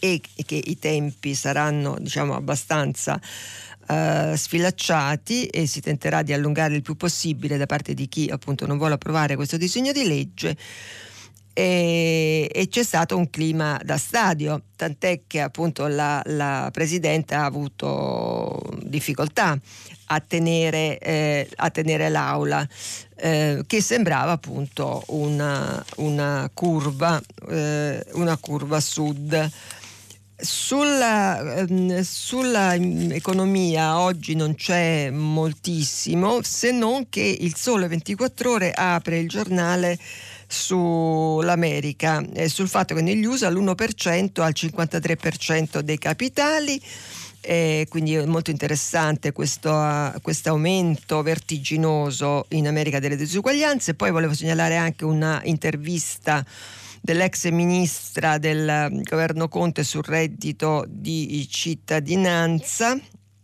e che i tempi saranno, diciamo, abbastanza sfilacciati, e si tenterà di allungare il più possibile da parte di chi appunto non vuole approvare questo disegno di legge. E c'è stato un clima da stadio, tant'è che appunto la Presidente ha avuto difficoltà a tenere l'aula, che sembrava appunto una curva sud. Sulla economia oggi non c'è moltissimo, se non che il Sole 24 Ore apre il giornale sull'America e sul fatto che negli USA l'1% al 53% dei capitali, quindi è molto interessante questo aumento vertiginoso in America delle disuguaglianze. Poi volevo segnalare anche una intervista dell'ex ministra del governo Conte sul reddito di cittadinanza,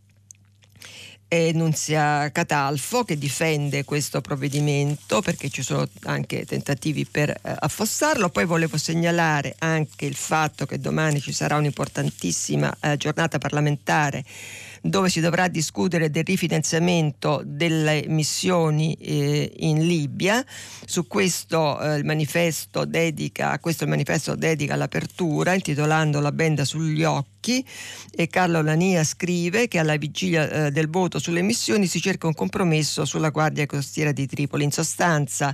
Nunzia Catalfo, che difende questo provvedimento perché ci sono anche tentativi per affossarlo. Poi volevo segnalare anche il fatto che domani ci sarà un'importantissima giornata parlamentare dove si dovrà discutere del rifinanziamento delle missioni in Libia. Su questo il manifesto dedica l'apertura, intitolando La benda sugli occhi, e Carlo Lania scrive che alla vigilia del voto sulle missioni si cerca un compromesso sulla Guardia Costiera di Tripoli. In sostanza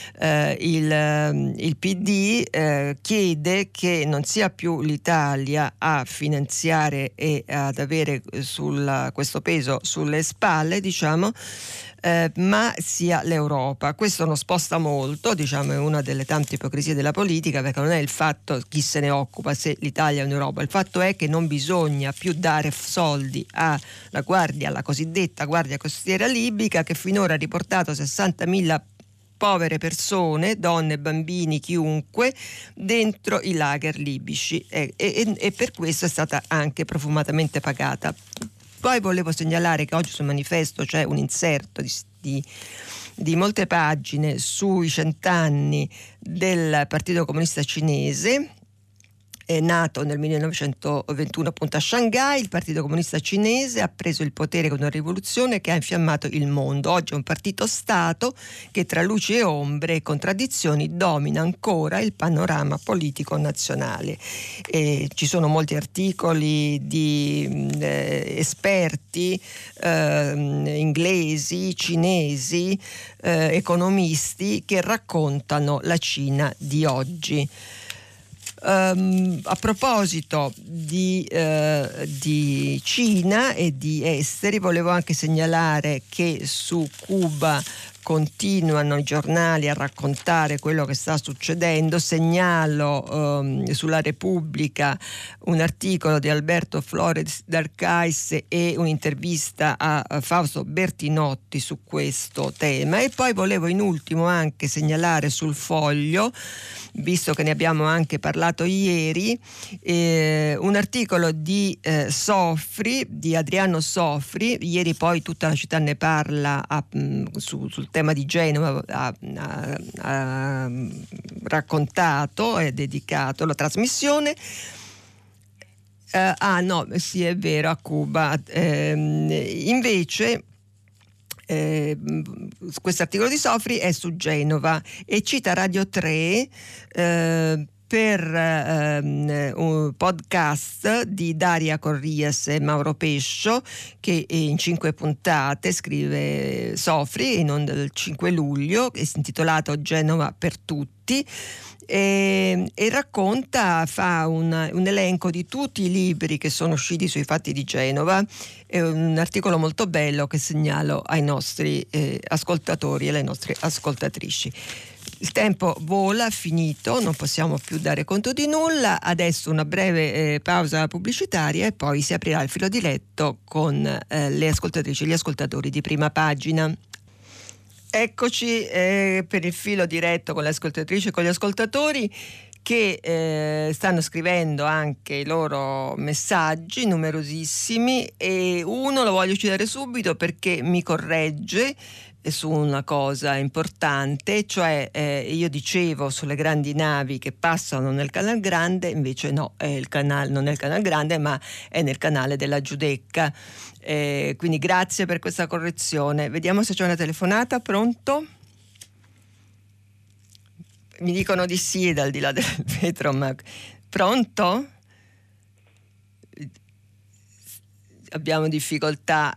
il PD chiede che non sia più l'Italia a finanziare e ad avere questo peso sulle spalle, diciamo, ma sia l'Europa. Questo non sposta molto, diciamo, è una delle tante ipocrisie della politica, perché non è il fatto chi se ne occupa, se l'Italia o l'Europa, il fatto è che non bisogna più dare soldi alla cosiddetta Guardia Costiera libica, che finora ha riportato 60.000 povere persone, donne, bambini, chiunque, dentro i lager libici, e per questo è stata anche profumatamente pagata. Poi volevo segnalare che oggi sul manifesto c'è un inserto di molte pagine sui 100 anni del Partito Comunista Cinese. È nato nel 1921 appunto a Shanghai. Il Partito Comunista Cinese ha preso il potere con una rivoluzione che ha infiammato il mondo. Oggi è un partito-stato che tra luci e ombre e contraddizioni domina ancora il panorama politico nazionale. Ci sono molti articoli di esperti inglesi, cinesi, economisti che raccontano la Cina di oggi. A proposito di Cina e di esteri, volevo anche segnalare che su Cuba continuano i giornali a raccontare quello che sta succedendo. Segnalo sulla Repubblica un articolo di Alberto Flores d'Arcais e un'intervista a Fausto Bertinotti su questo tema. E poi volevo in ultimo anche segnalare sul Foglio, visto che ne abbiamo anche parlato ieri, un articolo di Adriano Sofri. Ieri poi tutta la città ne parla sul tema di Genova, ha raccontato e dedicato la trasmissione. No, sì, è vero, a Cuba. Invece questo articolo di Sofri è su Genova e cita Radio 3 per un podcast di Daria Corrias e Mauro Pescio, che in 5 puntate, scrive Sofri, non del 5 luglio, è intitolato Genova per tutti, e racconta, fa un elenco di tutti i libri che sono usciti sui fatti di Genova. È un articolo molto bello che segnalo ai nostri ascoltatori e alle nostre ascoltatrici. Il tempo vola, finito, non possiamo più dare conto di nulla. Adesso una breve pausa pubblicitaria e poi si aprirà il filo diretto con le ascoltatrici e gli ascoltatori di Prima Pagina. Eccoci per il filo diretto con le ascoltatrici e con gli ascoltatori che stanno scrivendo anche i loro messaggi, numerosissimi, e uno lo voglio citare subito perché mi corregge. su una cosa importante, cioè io dicevo sulle grandi navi che passano nel Canal Grande, invece no, non è il Canal Grande, ma è nel canale della Giudecca. Quindi grazie per questa correzione. Vediamo se c'è una telefonata. Pronto? Mi dicono di sì dal di là del vetro, ma pronto? Abbiamo difficoltà.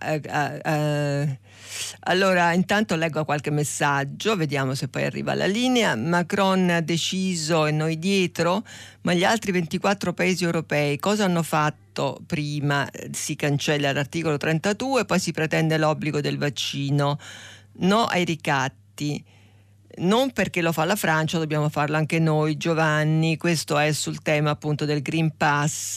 Allora, intanto leggo qualche messaggio, vediamo se poi arriva la linea. Macron ha deciso e noi dietro, ma gli altri 24 paesi europei cosa hanno fatto? Prima si cancella l'articolo 32, poi si pretende l'obbligo del vaccino. No ai ricatti. Non perché lo fa la Francia, dobbiamo farlo anche noi, Giovanni. Questo è sul tema appunto del Green Pass.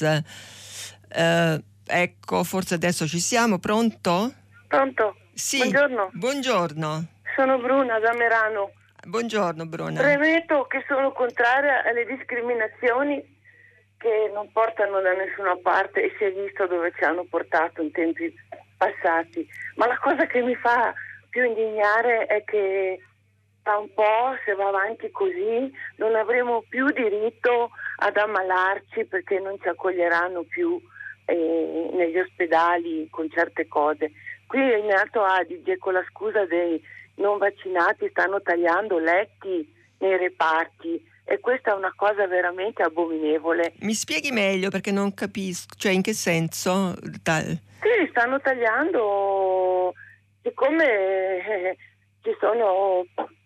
Ecco, forse adesso ci siamo. Pronto? Pronto? Sì. Buongiorno. Buongiorno. Sono Bruna da Merano. Buongiorno Bruna. Premetto che sono contraria alle discriminazioni che non portano da nessuna parte e si è visto dove ci hanno portato in tempi passati. Ma la cosa che mi fa più indignare è che tra un po', se va avanti così, non avremo più diritto ad ammalarci perché non ci accoglieranno più negli ospedali con certe cose. Qui in Alto Adige, con la scusa dei non vaccinati, stanno tagliando letti nei reparti e questa è una cosa veramente abominevole. Mi spieghi meglio perché non capisco, cioè in che senso? Sì, stanno tagliando, siccome ci sono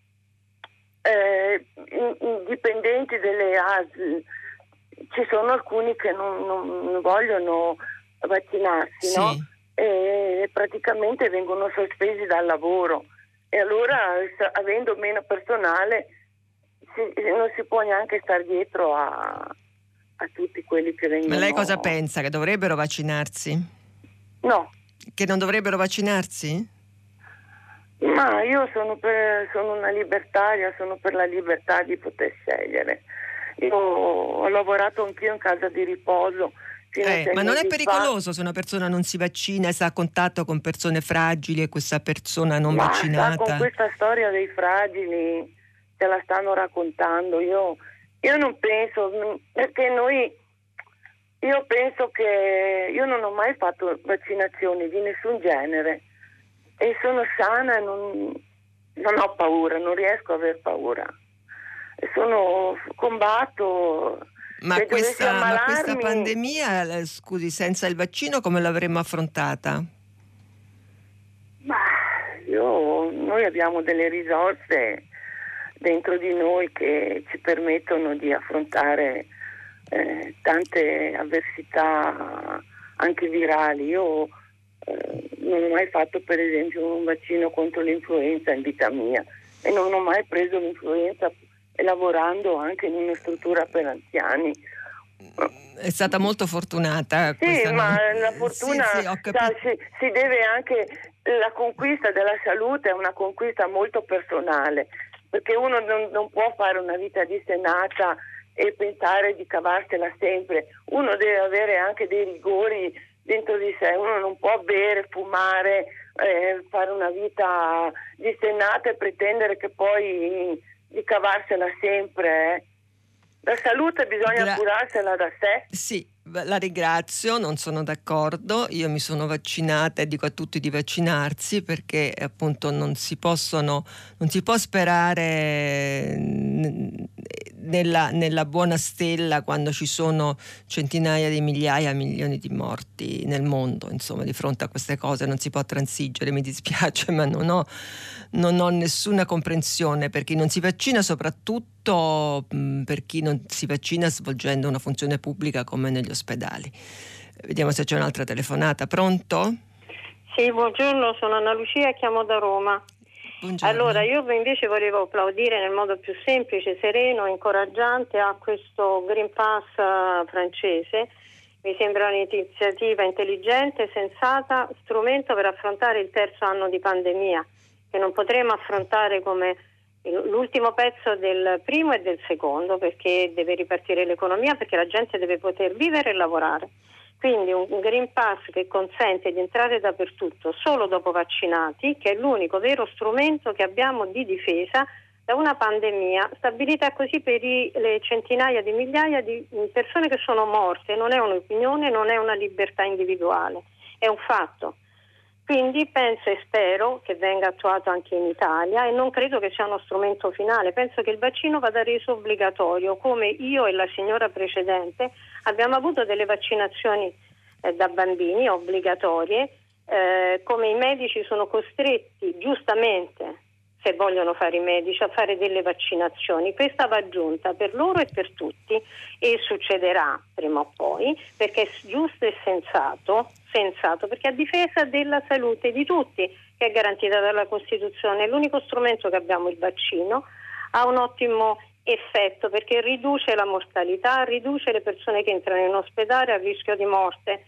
dipendenti delle ASL, ci sono alcuni che non vogliono vaccinarsi, sì. No? E praticamente vengono sospesi dal lavoro e allora avendo meno personale non si può neanche stare dietro a tutti quelli che vengono. Ma lei cosa pensa? Che dovrebbero vaccinarsi? No. Che non dovrebbero vaccinarsi? Ma io sono una libertaria, sono per la libertà di poter scegliere. Io ho lavorato anch'io in casa di riposo. Ma non è pericoloso se una persona non si vaccina e sta a contatto con persone fragili e questa persona non vaccinata? Con questa storia dei fragili ce la stanno raccontando. Io non penso, perché io penso che io non ho mai fatto vaccinazioni di nessun genere e sono sana e non ho paura, non riesco a aver paura. Combatto. Ma questa pandemia, scusi, senza il vaccino come l'avremmo affrontata? Noi abbiamo delle risorse dentro di noi che ci permettono di affrontare tante avversità anche virali. Io non ho mai fatto per esempio un vaccino contro l'influenza in vita mia e non ho mai preso l'influenza lavorando anche in una struttura per anziani. È stata molto fortunata. Sì, ma la fortuna si deve anche, la conquista della salute è una conquista molto personale, perché uno non può fare una vita dissennata e pensare di cavarsela sempre. Uno deve avere anche dei rigori dentro di sé, uno non può bere, fumare, fare una vita dissennata e pretendere che poi di cavarsela sempre. La salute bisogna curarsela da sé. Sì, la ringrazio, non sono d'accordo. Io mi sono vaccinata e dico a tutti di vaccinarsi perché appunto non si può sperare nella buona stella quando ci sono centinaia di migliaia, milioni di morti nel mondo. Insomma, di fronte a queste cose non si può transigere, mi dispiace, ma non ho nessuna comprensione per chi non si vaccina, soprattutto per chi non si vaccina svolgendo una funzione pubblica come negli ospedali. Vediamo se c'è un'altra telefonata. Pronto? Sì, buongiorno, sono Anna Lucia e chiamo da Roma. Buongiorno. Allora, io invece volevo applaudire nel modo più semplice, sereno, incoraggiante a questo Green Pass francese. Mi sembra un'iniziativa intelligente, sensata, strumento per affrontare il terzo anno di pandemia, che non potremo affrontare come L'ultimo pezzo del primo e del secondo, perché deve ripartire l'economia, perché la gente deve poter vivere e lavorare. Quindi un Green Pass che consente di entrare dappertutto solo dopo vaccinati, che è l'unico vero strumento che abbiamo di difesa da una pandemia stabilita così per le centinaia di migliaia di persone che sono morte. Non è un'opinione, non è una libertà individuale, è un fatto. Quindi penso e spero che venga attuato anche in Italia, e non credo che sia uno strumento finale. Penso che il vaccino vada reso obbligatorio, come io e la signora precedente abbiamo avuto delle vaccinazioni da bambini obbligatorie, come i medici sono costretti giustamente, se vogliono fare i medici, a fare delle vaccinazioni. Questa va aggiunta per loro e per tutti, e succederà prima o poi, perché è giusto e sensato, perché a difesa della salute di tutti, che è garantita dalla Costituzione. È l'unico strumento che abbiamo, il vaccino, ha un ottimo effetto perché riduce la mortalità, riduce le persone che entrano in ospedale a rischio di morte.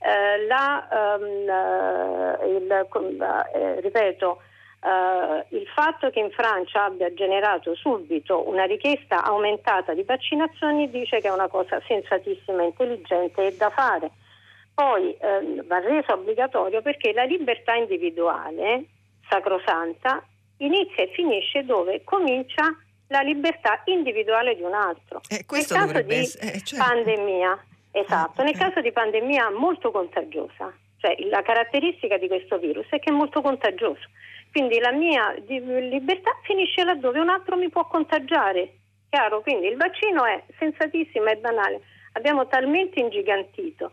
Il fatto che in Francia abbia generato subito una richiesta aumentata di vaccinazioni dice che è una cosa sensatissima, intelligente e da fare. Poi va reso obbligatorio perché la libertà individuale sacrosanta inizia e finisce dove comincia la libertà individuale di un altro. Nel caso di pandemia, esatto, nel caso di pandemia molto contagiosa, cioè la caratteristica di questo virus è che è molto contagioso. Quindi la mia libertà finisce laddove un altro mi può contagiare. Chiaro? Quindi il vaccino è sensatissimo, è banale. Abbiamo talmente ingigantito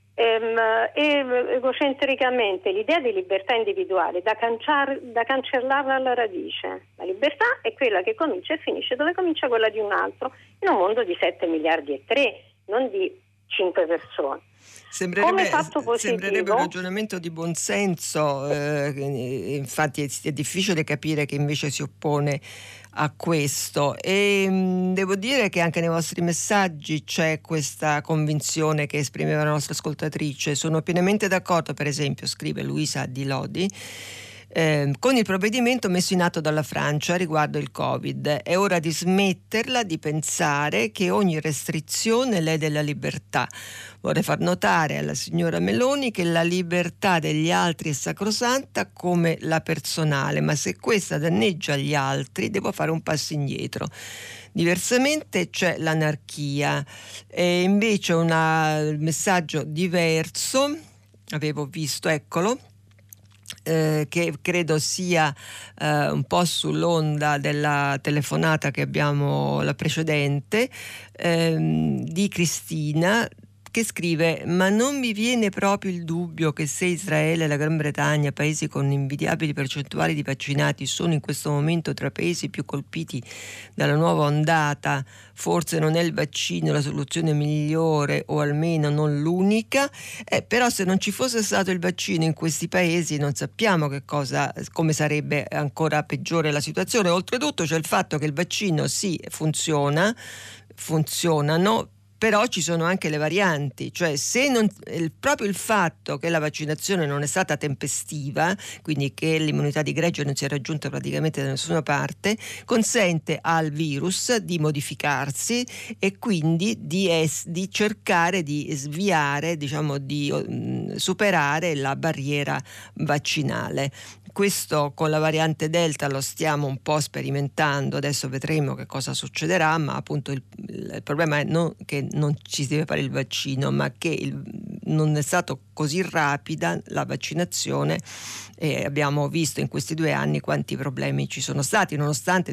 egocentricamente l'idea di libertà individuale da cancellarla alla radice. La libertà è quella che comincia e finisce dove comincia quella di un altro, in un mondo di 7 miliardi e 3, non di 5 persone. Sembrerebbe un ragionamento di buonsenso, infatti è difficile capire che invece si oppone a questo, e devo dire che anche nei vostri messaggi c'è questa convinzione che esprimeva la nostra ascoltatrice. Sono pienamente d'accordo, per esempio, scrive Luisa Di Lodi, con il provvedimento messo in atto dalla Francia riguardo il Covid. È ora di smetterla di pensare che ogni restrizione lede la libertà. Vorrei far notare alla signora Meloni che la libertà degli altri è sacrosanta come la personale, ma se questa danneggia gli altri devo fare un passo indietro. Diversamente c'è l'anarchia. E invece un messaggio diverso avevo visto, eccolo, che credo sia un po' sull'onda della telefonata che abbiamo, la precedente, di Cristina, che scrive: ma non mi viene proprio il dubbio che se Israele e la Gran Bretagna, paesi con invidiabili percentuali di vaccinati, sono in questo momento tra i paesi più colpiti dalla nuova ondata, forse non è il vaccino la soluzione migliore, o almeno non l'unica. Però se non ci fosse stato il vaccino in questi paesi non sappiamo come sarebbe ancora peggiore la situazione. Oltretutto c'è il fatto che il vaccino sì funzionano, però ci sono anche le varianti, cioè proprio il fatto che la vaccinazione non è stata tempestiva, quindi che l'immunità di gregge non si è raggiunta praticamente da nessuna parte, consente al virus di modificarsi e quindi di cercare di sviare, di superare la barriera vaccinale. Questo con la variante Delta lo stiamo un po' sperimentando, adesso vedremo che cosa succederà, ma appunto il problema è che non ci si deve fare il vaccino, ma che non è stato così rapida la vaccinazione, e abbiamo visto in questi 2 anni quanti problemi ci sono stati, nonostante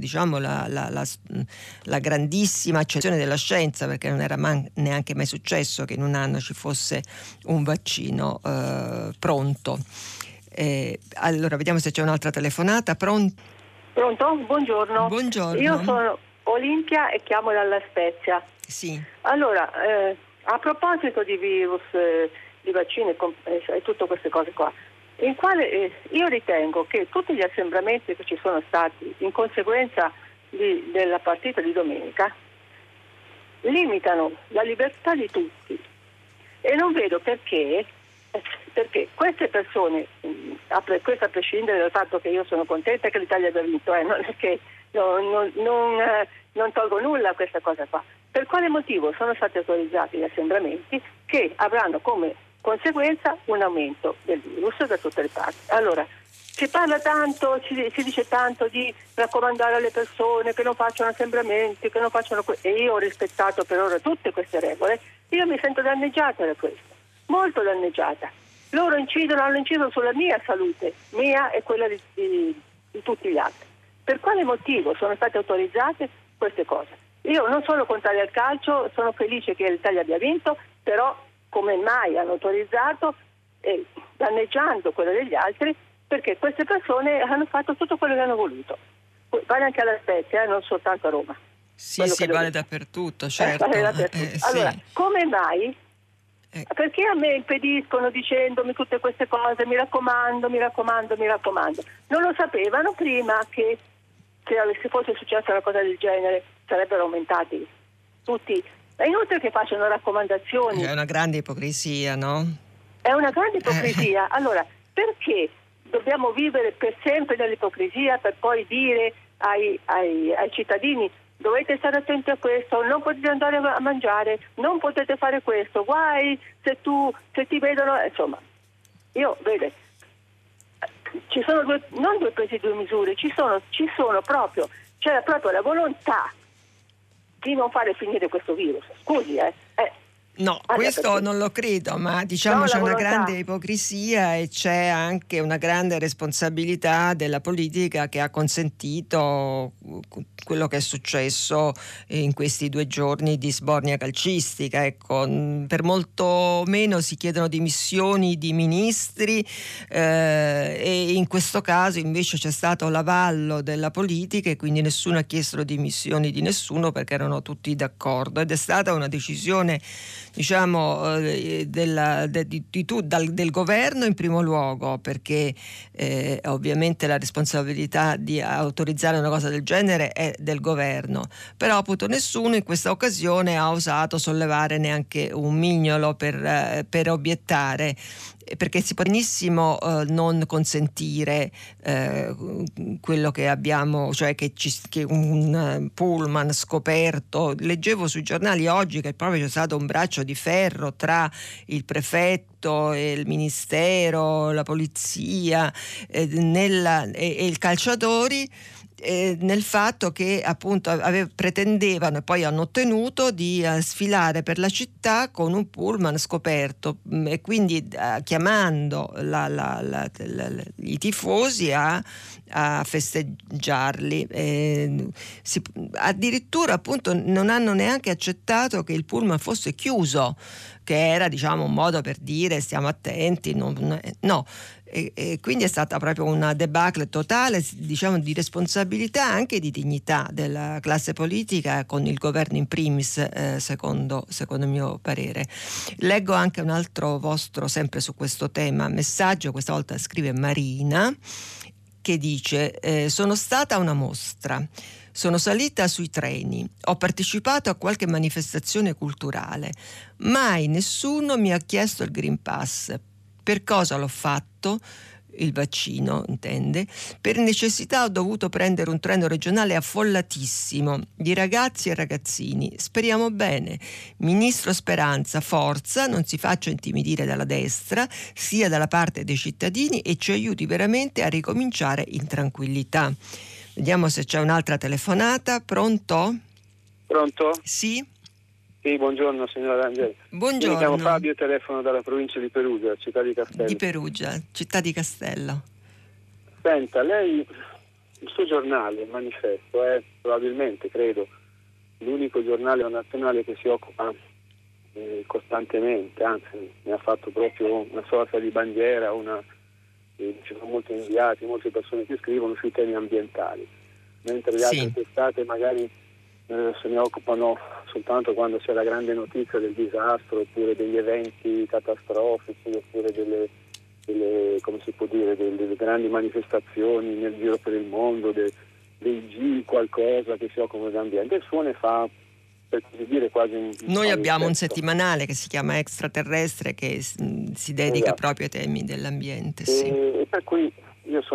la grandissima accezione della scienza, perché non era neanche mai successo che in un anno ci fosse un vaccino pronto. Allora vediamo se c'è un'altra telefonata. Pronto? Buongiorno. Io sono Olimpia e chiamo dalla Spezia. Sì. Allora, a proposito di virus, di vaccini e tutte queste cose qua, in quale io ritengo che tutti gli assembramenti che ci sono stati in conseguenza della partita di domenica limitano la libertà di tutti, e non vedo perché queste persone, questo a prescindere dal fatto che io sono contenta che l'Italia abbia vinto, non è che non tolgo nulla a questa cosa qua. Per quale motivo sono stati autorizzati gli assembramenti che avranno come conseguenza un aumento del virus da tutte le parti? Allora, si parla tanto, si dice tanto di raccomandare alle persone che non facciano assembramenti, che non facciano e io ho rispettato per ora tutte queste regole. Io mi sento danneggiata da questo, molto danneggiata. Loro hanno inciso sulla mia salute, mia e quella di tutti gli altri. Per quale motivo sono state autorizzate queste cose? Io non sono contraria al calcio, sono felice che l'Italia abbia vinto, però come mai hanno autorizzato, danneggiando quello degli altri, perché queste persone hanno fatto tutto quello che hanno voluto. Vale anche alla Spezia, non soltanto a Roma. Sì, vale dappertutto, certo. Vale dappertutto. Allora, come mai? Perché a me impediscono dicendomi tutte queste cose, mi raccomando. Non lo sapevano prima che se fosse successa una cosa del genere sarebbero aumentati tutti. È inutile che facciano raccomandazioni. È una grande ipocrisia, no? È una grande ipocrisia. Allora, perché dobbiamo vivere per sempre nell'ipocrisia per poi dire ai cittadini: dovete stare attenti a questo, non potete andare a mangiare, non potete fare questo, guai se ti vedono, insomma. Io, vede, ci sono non due pesi, due misure, c'era proprio la volontà di non fare finire questo virus. Scusi, No, questo non lo credo, ma diciamo c'è una grande ipocrisia e c'è anche una grande responsabilità della politica che ha consentito quello che è successo in questi 2 giorni di sbornia calcistica. Ecco, per molto meno si chiedono dimissioni di ministri e in questo caso invece c'è stato l'avallo della politica e quindi nessuno ha chiesto le dimissioni di nessuno perché erano tutti d'accordo ed è stata una decisione, diciamo, del governo in primo luogo, perché ovviamente la responsabilità di autorizzare una cosa del genere è del governo, però appunto nessuno in questa occasione ha osato sollevare neanche un mignolo per obiettare, perché si può benissimo non consentire quello che abbiamo, cioè che un pullman scoperto. Leggevo sui giornali oggi che proprio c'è stato un braccio di ferro tra il prefetto e il ministero, la polizia e i calciatori, nel fatto che appunto pretendevano e poi hanno ottenuto di sfilare per la città con un pullman scoperto e quindi chiamando i tifosi a festeggiarli. Addirittura appunto non hanno neanche accettato che il pullman fosse chiuso, che era, diciamo, un modo per dire stiamo attenti, no. E quindi è stata proprio una debacle totale, diciamo, di responsabilità, anche di dignità della classe politica, con il governo in primis, secondo il mio parere. Leggo anche un altro vostro, sempre su questo tema, messaggio. Questa volta scrive Marina, che dice: sono stata a una mostra, sono salita sui treni, ho partecipato a qualche manifestazione culturale, mai nessuno mi ha chiesto il Green Pass. Per cosa l'ho fatto? Il vaccino, intende. Per necessità ho dovuto prendere un treno regionale affollatissimo di ragazzi e ragazzini. Speriamo bene. Ministro Speranza, forza, non si faccia intimidire dalla destra, sia dalla parte dei cittadini e ci aiuti veramente a ricominciare in tranquillità. Vediamo se c'è un'altra telefonata. Pronto? Pronto? Sì? Sì, buongiorno signora D'Angeli. Buongiorno. Mi chiamo Fabio e telefono dalla provincia di Perugia, città di Castello. Di Perugia, città di Castello. Senta, lei, il suo giornale, il Manifesto, è probabilmente, credo, l'unico giornale nazionale che si occupa costantemente, anzi ne ha fatto proprio una sorta di bandiera, ci sono molti inviati, molte persone che scrivono sui temi ambientali, mentre le altre testate magari se ne occupano soltanto quando c'è la grande notizia del disastro, oppure degli eventi catastrofici, oppure delle come si può dire, delle grandi manifestazioni nel giro per il mondo, dei G qualcosa che si occupano dell'ambiente. Il suo ne fa, per così dire, quasi Noi abbiamo un settimanale che si chiama Extraterrestre, che si dedica proprio ai temi dell'ambiente. Sì. E per cui io sono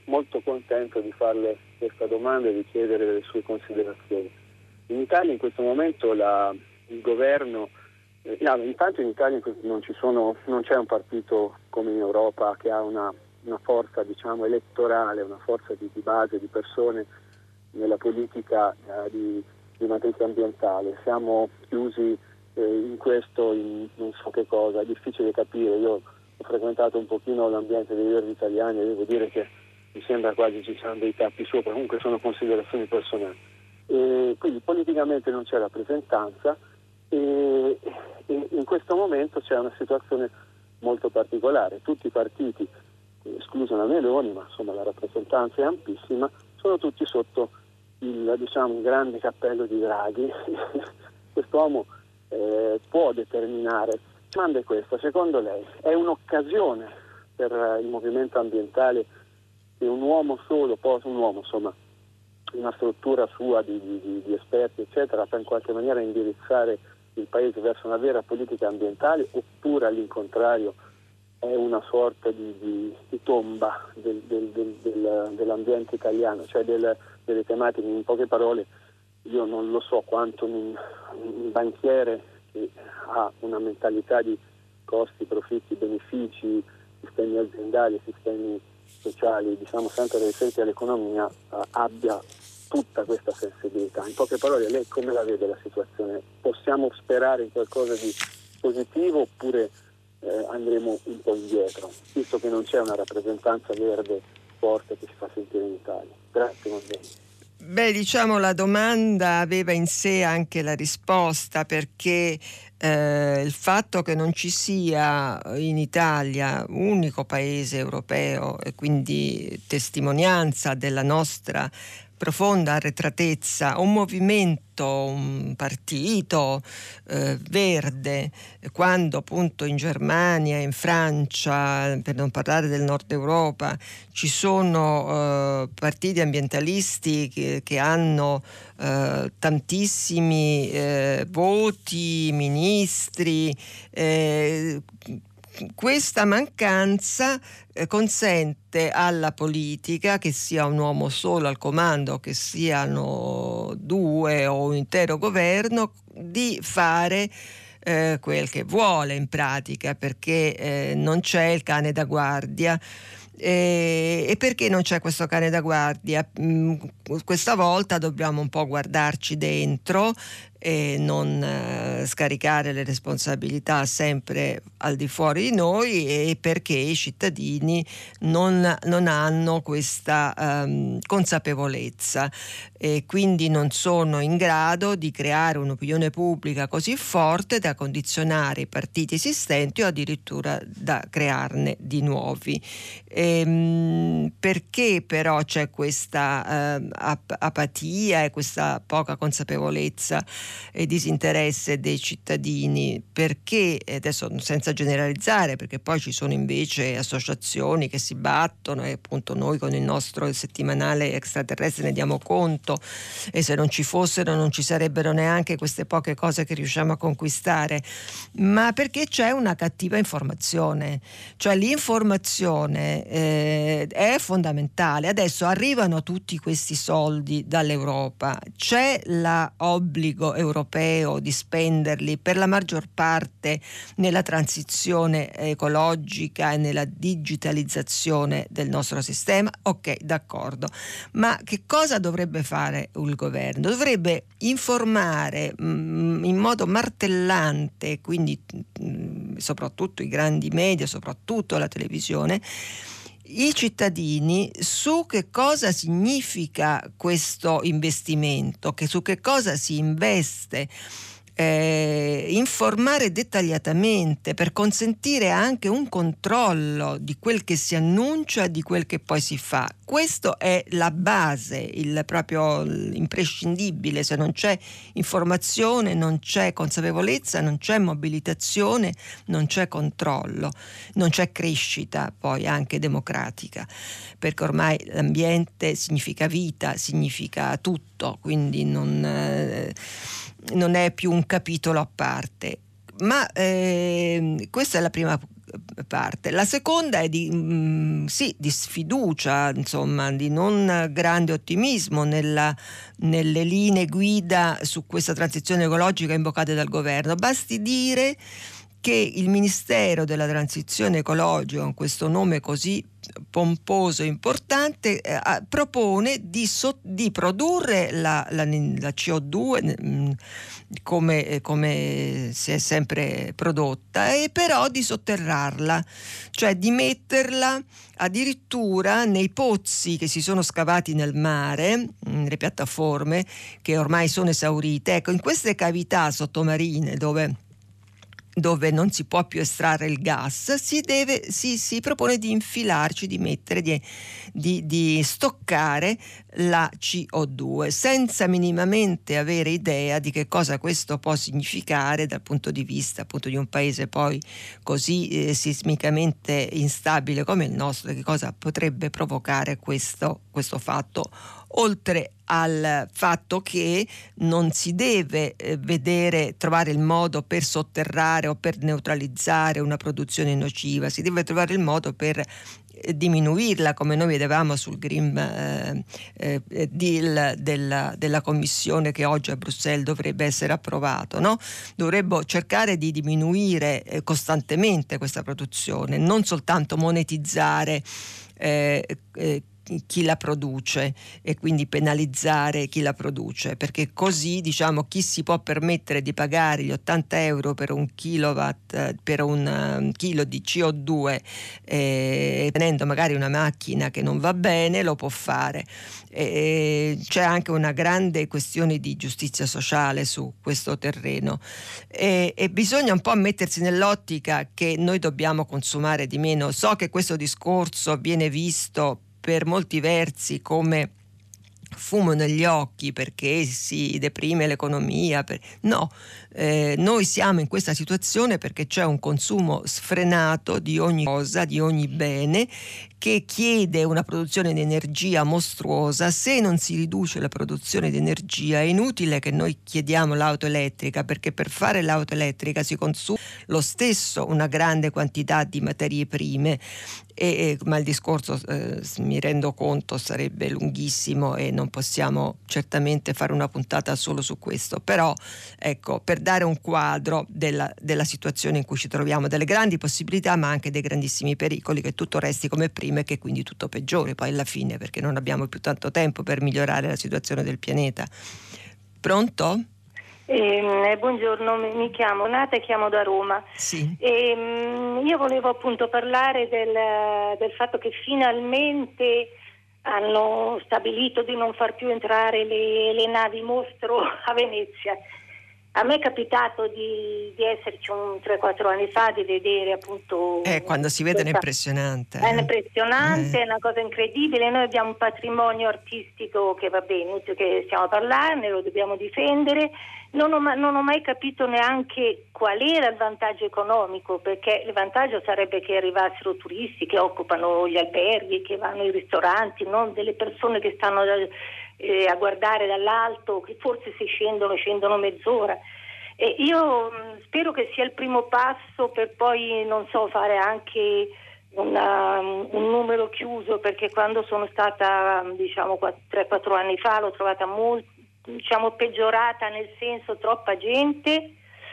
molto contento di farle questa domanda e di chiedere le sue considerazioni. In Italia in questo momento il governo, intanto in Italia non c'è un partito come in Europa che ha una forza, diciamo, elettorale, una forza di base, di persone nella politica di matrice ambientale. Siamo chiusi in questo, in non so che cosa, è difficile capire. Io ho frequentato un pochino l'ambiente dei Verdi italiani e devo dire che mi sembra quasi ci siano dei tappi sopra, comunque sono considerazioni personali. Quindi politicamente non c'è rappresentanza e in questo momento c'è una situazione molto particolare. Tutti i partiti, esclusa la Meloni, ma insomma la rappresentanza è ampissima, sono tutti sotto il grande cappello di Draghi. Quest'uomo può determinare. La domanda è questa: secondo lei è un'occasione per il movimento ambientale che un uomo solo, una struttura sua di esperti eccetera, per in qualche maniera indirizzare il paese verso una vera politica ambientale, oppure all'incontrario è una sorta di tomba dell'ambiente italiano, cioè delle tematiche? In poche parole, io non lo so quanto un banchiere che ha una mentalità di costi, profitti, benefici, sistemi aziendali, sistemi sociali, diciamo sempre riferiti all'economia, abbia tutta questa sensibilità. In poche parole, lei come la vede la situazione? Possiamo sperare in qualcosa di positivo oppure andremo un po' indietro, visto che non c'è una rappresentanza verde forte che si fa sentire in Italia? Grazie, Monsignor. Beh, diciamo la domanda aveva in sé anche la risposta, perché il fatto che non ci sia in Italia, unico paese europeo e quindi testimonianza della nostra profonda arretratezza, un movimento, un partito verde, quando appunto in Germania, in Francia, per non parlare del nord Europa, ci sono partiti ambientalisti che hanno tantissimi voti, ministri. Questa mancanza consente alla politica, che sia un uomo solo al comando, che siano due o un intero governo, di fare quel che vuole in pratica, perché non c'è il cane da guardia. E perché non c'è questo cane da guardia? Questa volta dobbiamo un po' guardarci dentro e non scaricare le responsabilità sempre al di fuori di noi, e perché i cittadini non hanno questa consapevolezza e quindi non sono in grado di creare un'opinione pubblica così forte da condizionare i partiti esistenti o addirittura da crearne di nuovi. Perché però c'è questa apatia e questa poca consapevolezza e disinteresse dei cittadini? Perché, adesso senza generalizzare, perché poi ci sono invece associazioni che si battono, e appunto noi con il nostro settimanale Extraterrestre ne diamo conto, e se non ci fossero non ci sarebbero neanche queste poche cose che riusciamo a conquistare, ma perché c'è una cattiva informazione, cioè l'informazione è fondamentale. Adesso arrivano tutti questi soldi dall'Europa, c'è l'obbligo europeo di spenderli per la maggior parte nella transizione ecologica e nella digitalizzazione del nostro sistema. Ok, d'accordo, ma che cosa dovrebbe fare il governo? Dovrebbe informare in modo martellante, quindi soprattutto i grandi media, soprattutto la televisione, i cittadini su che cosa significa questo investimento, su che cosa si investe, informare dettagliatamente per consentire anche un controllo di quel che si annuncia e di quel che poi si fa. Questo è la base, proprio imprescindibile. Se non c'è informazione, non c'è consapevolezza, non c'è mobilitazione, non c'è controllo, non c'è crescita poi anche democratica, perché ormai l'ambiente significa vita, significa tutto, quindi non è più un capitolo a parte. ma questa è la prima parte. La seconda è di sfiducia, insomma, di non grande ottimismo nelle linee guida su questa transizione ecologica invocate dal governo. Basti dire che il Ministero della Transizione Ecologica, con questo nome così pomposo e importante, propone di produrre la CO2 come si è sempre prodotta, e però di sotterrarla, cioè di metterla addirittura nei pozzi che si sono scavati nel mare, nelle piattaforme che ormai sono esaurite. Ecco, in queste cavità sottomarine dove non si può più estrarre il gas, si propone di infilarci, di mettere, di stoccare la CO2, senza minimamente avere idea di che cosa questo può significare dal punto di vista appunto di un paese poi così sismicamente instabile come il nostro, che cosa potrebbe provocare questo fatto. Oltre al fatto che non si deve trovare il modo per sotterrare o per neutralizzare una produzione nociva, si deve trovare il modo per diminuirla, come noi vedevamo sul Green Deal della Commissione che oggi a Bruxelles dovrebbe essere approvato, no? Dovrebbe cercare di diminuire costantemente questa produzione, non soltanto monetizzare chi la produce e quindi penalizzare chi la produce, perché così, diciamo, chi si può permettere di pagare gli 80 euro per un kilowatt, per un chilo di CO2, tenendo magari una macchina che non va bene, lo può fare. C'è anche una grande questione di giustizia sociale su questo terreno, e bisogna un po' mettersi nell'ottica che noi dobbiamo consumare di meno. So che questo discorso viene visto per molti versi come fumo negli occhi perché si deprime l'economia. No, noi siamo in questa situazione perché c'è un consumo sfrenato di ogni cosa, di ogni bene, che chiede una produzione di energia mostruosa. Se non si riduce la produzione di energia è inutile che noi chiediamo l'auto elettrica, perché per fare l'auto elettrica si consuma lo stesso una grande quantità di materie prime, ma il discorso mi rendo conto sarebbe lunghissimo e non possiamo certamente fare una puntata solo su questo, però ecco, per dare un quadro della situazione in cui ci troviamo, delle grandi possibilità ma anche dei grandissimi pericoli, che tutto resti come prima e che quindi tutto peggiori poi alla fine, perché non abbiamo più tanto tempo per migliorare la situazione del pianeta. Pronto? Buongiorno, mi chiamo Nata e chiamo da Roma. Sì. Io volevo appunto parlare del fatto che finalmente hanno stabilito di non far più entrare le navi mostro a Venezia. A me è capitato di esserci 3-4 anni fa, di vedere appunto... Quando si vede è impressionante. È impressionante, è una cosa incredibile. Noi abbiamo un patrimonio artistico che va bene, inutile che stiamo a parlarne, lo dobbiamo difendere. Non ho mai capito neanche qual era il vantaggio economico, perché il vantaggio sarebbe che arrivassero turisti che occupano gli alberghi, che vanno ai ristoranti, non delle persone che stanno a guardare dall'alto, che forse se scendono mezz'ora. Io spero che sia il primo passo per poi, non so, fare anche un numero chiuso, perché quando sono stata 3-4 anni fa l'ho trovata molto peggiorata, nel senso troppa gente,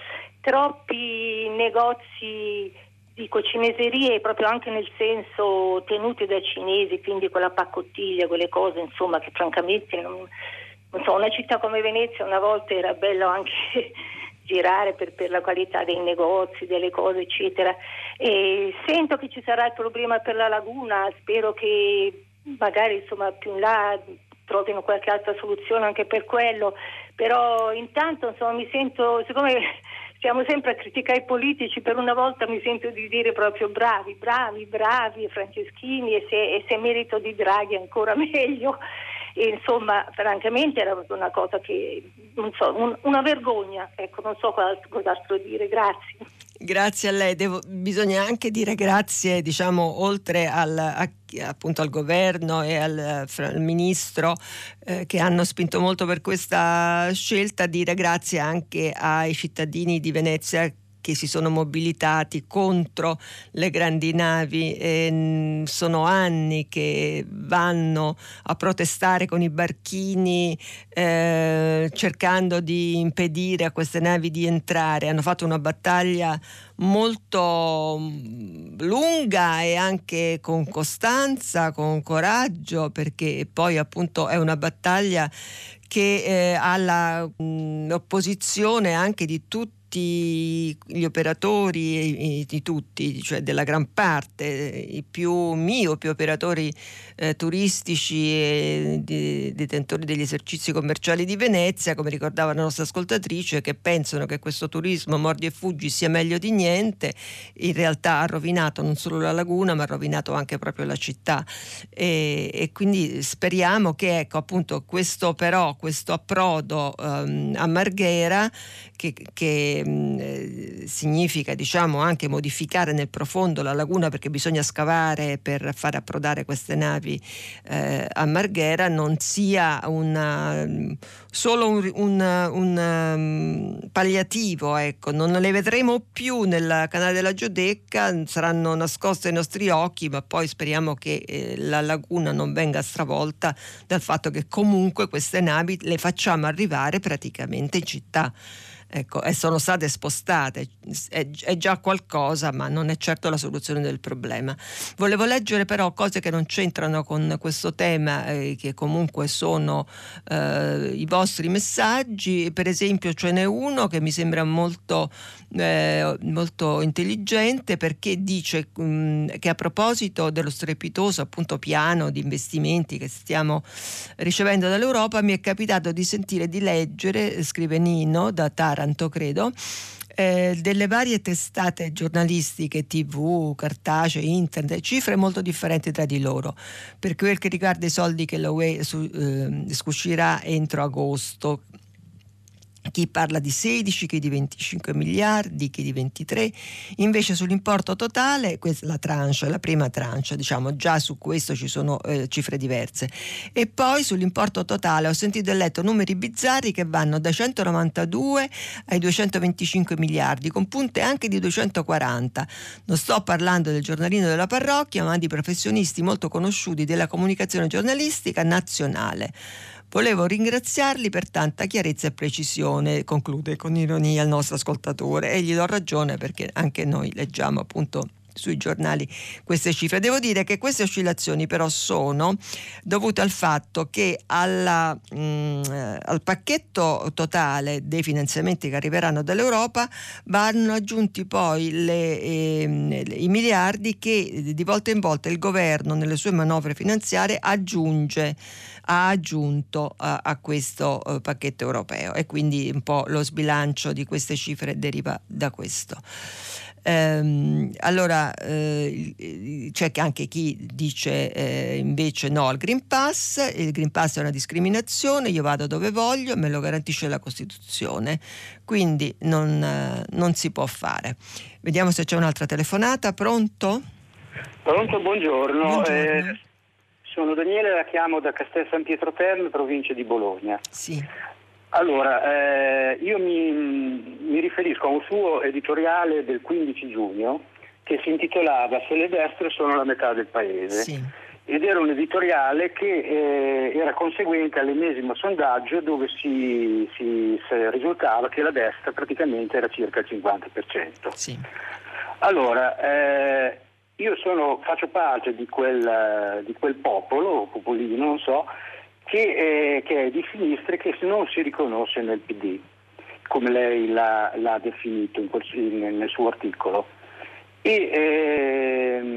troppi negozi, dico cineserie, proprio anche nel senso tenuti da cinesi, quindi con la paccottiglia, quelle cose insomma che francamente non so, una città come Venezia una volta era bello anche girare per la qualità dei negozi, delle cose eccetera, e sento che ci sarà il problema per la laguna, spero che magari insomma più in là trovino qualche altra soluzione anche per quello, però intanto insomma mi sento, siccome stiamo sempre a criticare i politici, per una volta mi sento di dire proprio bravi Franceschini, e se merito di Draghi ancora meglio. E insomma francamente era una cosa che non so, una vergogna, ecco, non so cos'altro dire. Grazie a lei. Bisogna anche dire grazie, diciamo, oltre appunto al governo e al ministro che hanno spinto molto per questa scelta, dire grazie anche ai cittadini di Venezia che si sono mobilitati contro le grandi navi, sono anni che vanno a protestare con i barchini cercando di impedire a queste navi di entrare. Hanno fatto una battaglia molto lunga e anche con costanza, con coraggio, perché poi appunto è una battaglia che ha l'opposizione anche di tutti gli operatori, di tutti, cioè della gran parte, i più miopi operatori turistici e detentori degli esercizi commerciali di Venezia, come ricordava la nostra ascoltatrice, che pensano che questo turismo mordi e fuggi sia meglio di niente. In realtà ha rovinato non solo la laguna, ma ha rovinato anche proprio la città, e quindi speriamo che, ecco, appunto, questo approdo a Marghera, che significa, diciamo, anche modificare nel profondo la laguna, perché bisogna scavare per far approdare queste navi a Marghera, non sia solo un palliativo, ecco. Non le vedremo più nel canale della Giudecca, saranno nascoste ai nostri occhi, ma poi speriamo che la laguna non venga stravolta dal fatto che comunque queste navi le facciamo arrivare praticamente in città. Ecco, e sono state spostate, è già qualcosa, ma non è certo la soluzione del problema. Volevo leggere però cose che non c'entrano con questo tema, che comunque sono i vostri messaggi. Per esempio ce n'è uno che mi sembra molto intelligente, perché dice che a proposito dello strepitoso appunto piano di investimenti che stiamo ricevendo dall'Europa, mi è capitato di sentire, di leggere, scrive Nino da Taranto credo, delle varie testate giornalistiche, TV, cartacee, internet, cifre molto differenti tra di loro. Per quel che riguarda i soldi che la UE uscirà entro agosto, chi parla di 16, chi di 25 miliardi, chi di 23. Invece sull'importo totale, questa è la prima tranche, diciamo, già su questo ci sono cifre diverse. E poi sull'importo totale ho sentito e letto numeri bizzarri che vanno da 192 ai 225 miliardi, con punte anche di 240. Non sto parlando del giornalino della parrocchia, ma di professionisti molto conosciuti della comunicazione giornalistica nazionale. Volevo ringraziarli per tanta chiarezza e precisione, conclude con ironia il nostro ascoltatore, e gli do ragione, perché anche noi leggiamo appunto sui giornali queste cifre. Devo dire che queste oscillazioni però sono dovute al fatto che al pacchetto totale dei finanziamenti che arriveranno dall'Europa vanno aggiunti poi i miliardi che di volta in volta il governo nelle sue manovre finanziarie ha aggiunto a questo pacchetto europeo, e quindi un po' lo sbilancio di queste cifre deriva da questo. Allora c'è anche chi dice invece no al Green Pass. Il Green Pass è una discriminazione, io vado dove voglio, me lo garantisce la Costituzione, quindi non si può fare. Vediamo se c'è un'altra telefonata. Pronto? Pronto, buongiorno. Buongiorno. Sono Daniele, la chiamo da Castel San Pietro Terme, provincia di Bologna. Sì. Allora, io mi riferisco a un suo editoriale del 15 giugno che si intitolava "Se le destre sono la metà del paese". Sì. Ed era un editoriale che era conseguente all'ennesimo sondaggio dove si risultava che la destra praticamente era circa il 50%. Sì. Allora, io faccio parte di quel popolo, popolino, non so, che è di sinistra e che non si riconosce nel PD, come lei l'ha definito nel suo articolo. E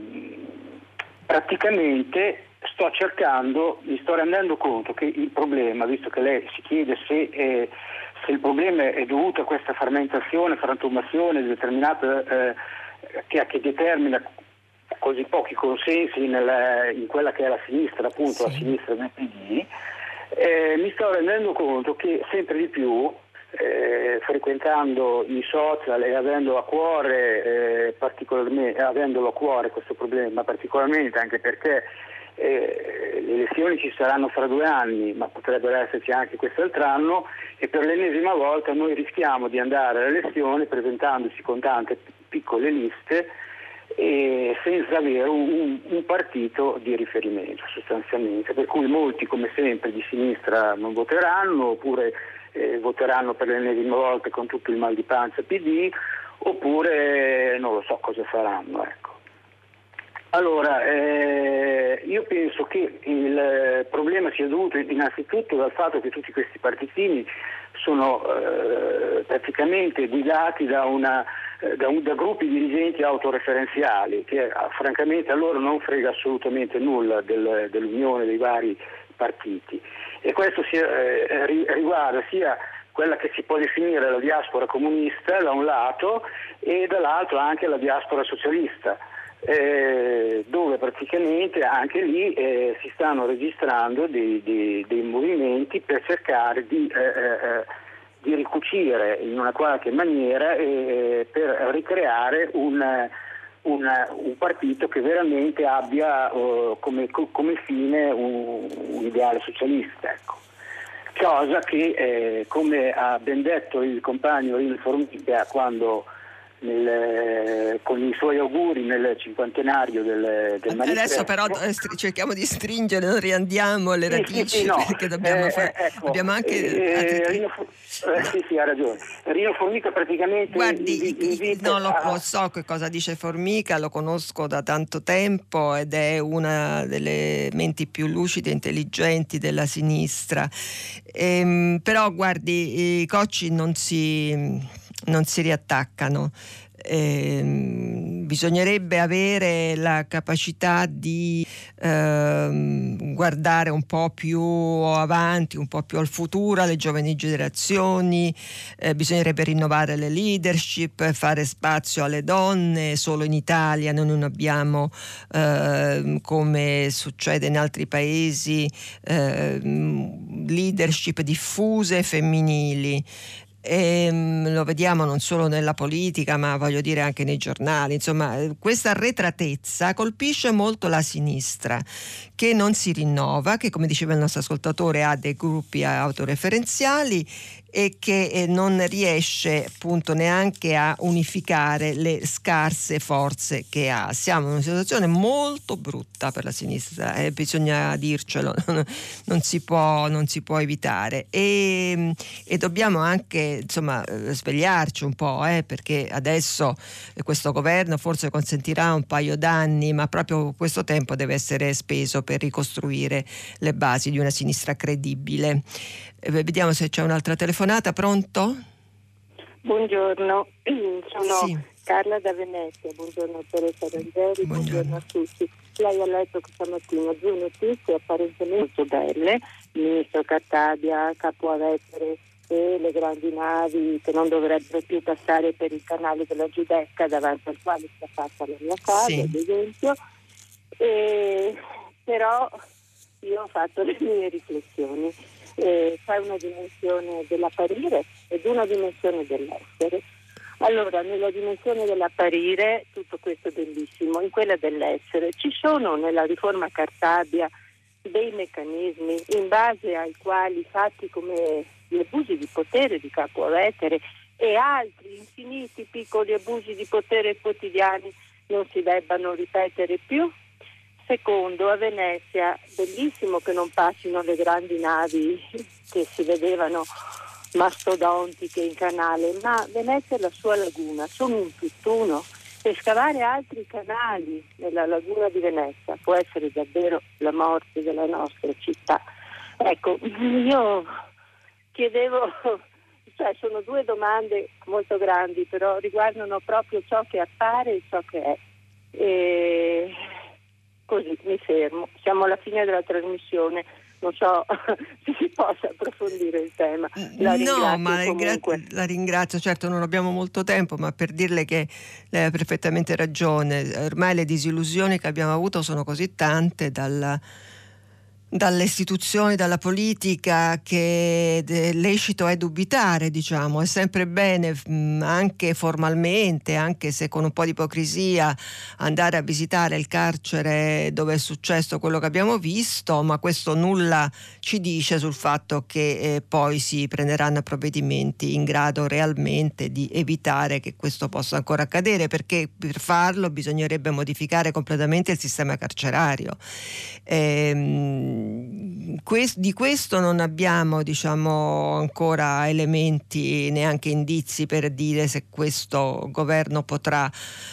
praticamente mi sto rendendo conto che il problema, visto che lei si chiede se il problema è dovuto a questa frantumazione determinata che determina così pochi consensi in quella che è la sinistra, appunto, sì, la sinistra del PD, mi sto rendendo conto che sempre di più, frequentando i social e avendolo a cuore questo problema, particolarmente anche perché le elezioni ci saranno fra 2 anni, ma potrebbero esserci anche quest'altro anno, e per l'ennesima volta noi rischiamo di andare alle elezioni presentandoci con tante piccole liste e senza avere un partito di riferimento sostanzialmente, per cui molti come sempre di sinistra non voteranno, oppure voteranno per l'ennesima volta con tutto il mal di pancia PD, oppure non lo so cosa faranno, ecco. Allora, io penso che il problema sia dovuto innanzitutto dal fatto che tutti questi partitini sono praticamente guidati da gruppi dirigenti autoreferenziali, che francamente a loro non frega assolutamente nulla dell'unione dei vari partiti, e questo riguarda sia quella che si può definire la diaspora comunista da un lato, e dall'altro anche la diaspora socialista, dove praticamente anche lì si stanno registrando dei movimenti per cercare di ricucire in una qualche maniera per ricreare un partito che veramente abbia come fine un ideale socialista, ecco. Cosa che, come ha ben detto il compagno Rino Formica quando con i suoi auguri nel cinquantenario del manifesto. Adesso però cerchiamo di stringere, non riandiamo alle radici, no. Perché dobbiamo fare. Ecco, abbiamo anche sì, ha ragione. Rino Formica praticamente lo so che cosa dice Formica, lo conosco da tanto tempo ed è una delle menti più lucide e intelligenti della sinistra. Però guardi, i cocci non si riattaccano. Bisognerebbe avere la capacità di guardare un po' più avanti, un po' più al futuro, alle giovani generazioni. Bisognerebbe rinnovare le leadership, fare spazio alle donne. Solo in Italia noi non abbiamo, come succede in altri paesi, leadership diffuse femminili. Lo vediamo non solo nella politica, ma voglio dire anche nei giornali. Insomma, questa arretratezza colpisce molto la sinistra, che non si rinnova, che, come diceva il nostro ascoltatore, ha dei gruppi autoreferenziali e che non riesce appunto neanche a unificare le scarse forze che ha. Siamo in una situazione molto brutta per la sinistra, bisogna dircelo, non si può evitare, e dobbiamo anche svegliarci un po', perché adesso questo governo forse consentirà un paio d'anni, ma proprio questo tempo deve essere speso per ricostruire le basi di una sinistra credibile. Vediamo se c'è un'altra telefonata. Pronto? Buongiorno, sono sì. Carla da Venezia. Buongiorno Teresa Rangeri, buongiorno a tutti. Lei ha letto questa mattina 2 notizie apparentemente molto belle: il ministro Cartabia, Capo Vetere e le grandi navi che non dovrebbero più passare per il canale della Giudecca, davanti al quale si affaccia la mia casa, sì, ad esempio. Però io ho fatto le mie riflessioni. C'è una dimensione dell'apparire ed una dimensione dell'essere. Allora, nella dimensione dell'apparire tutto questo è bellissimo, in quella dell'essere ci sono nella riforma Cartabia dei meccanismi in base ai quali fatti come gli abusi di potere di Capo Vetere e altri infiniti piccoli abusi di potere quotidiani non si debbano ripetere più. Secondo, a Venezia, bellissimo che non passino le grandi navi che si vedevano mastodontiche in canale, ma Venezia e la sua laguna sono un tutt'uno, e scavare altri canali nella laguna di Venezia può essere davvero la morte della nostra città. Ecco, io chiedevo, sono 2 domande molto grandi, però riguardano proprio ciò che appare e ciò che è. Così mi fermo, siamo alla fine della trasmissione, non so se si possa approfondire il tema. La ringrazio, certo non abbiamo molto tempo, ma per dirle che lei ha perfettamente ragione, ormai le disillusioni che abbiamo avuto sono così tante dalle istituzioni, dalla politica, che lecito è dubitare, diciamo. È sempre bene, anche formalmente, anche se con un po' di ipocrisia, andare a visitare il carcere dove è successo quello che abbiamo visto, ma questo nulla ci dice sul fatto che poi si prenderanno provvedimenti in grado realmente di evitare che questo possa ancora accadere, perché per farlo bisognerebbe modificare completamente il sistema carcerario. Di questo non abbiamo, diciamo, ancora elementi, neanche indizi per dire se questo governo potrà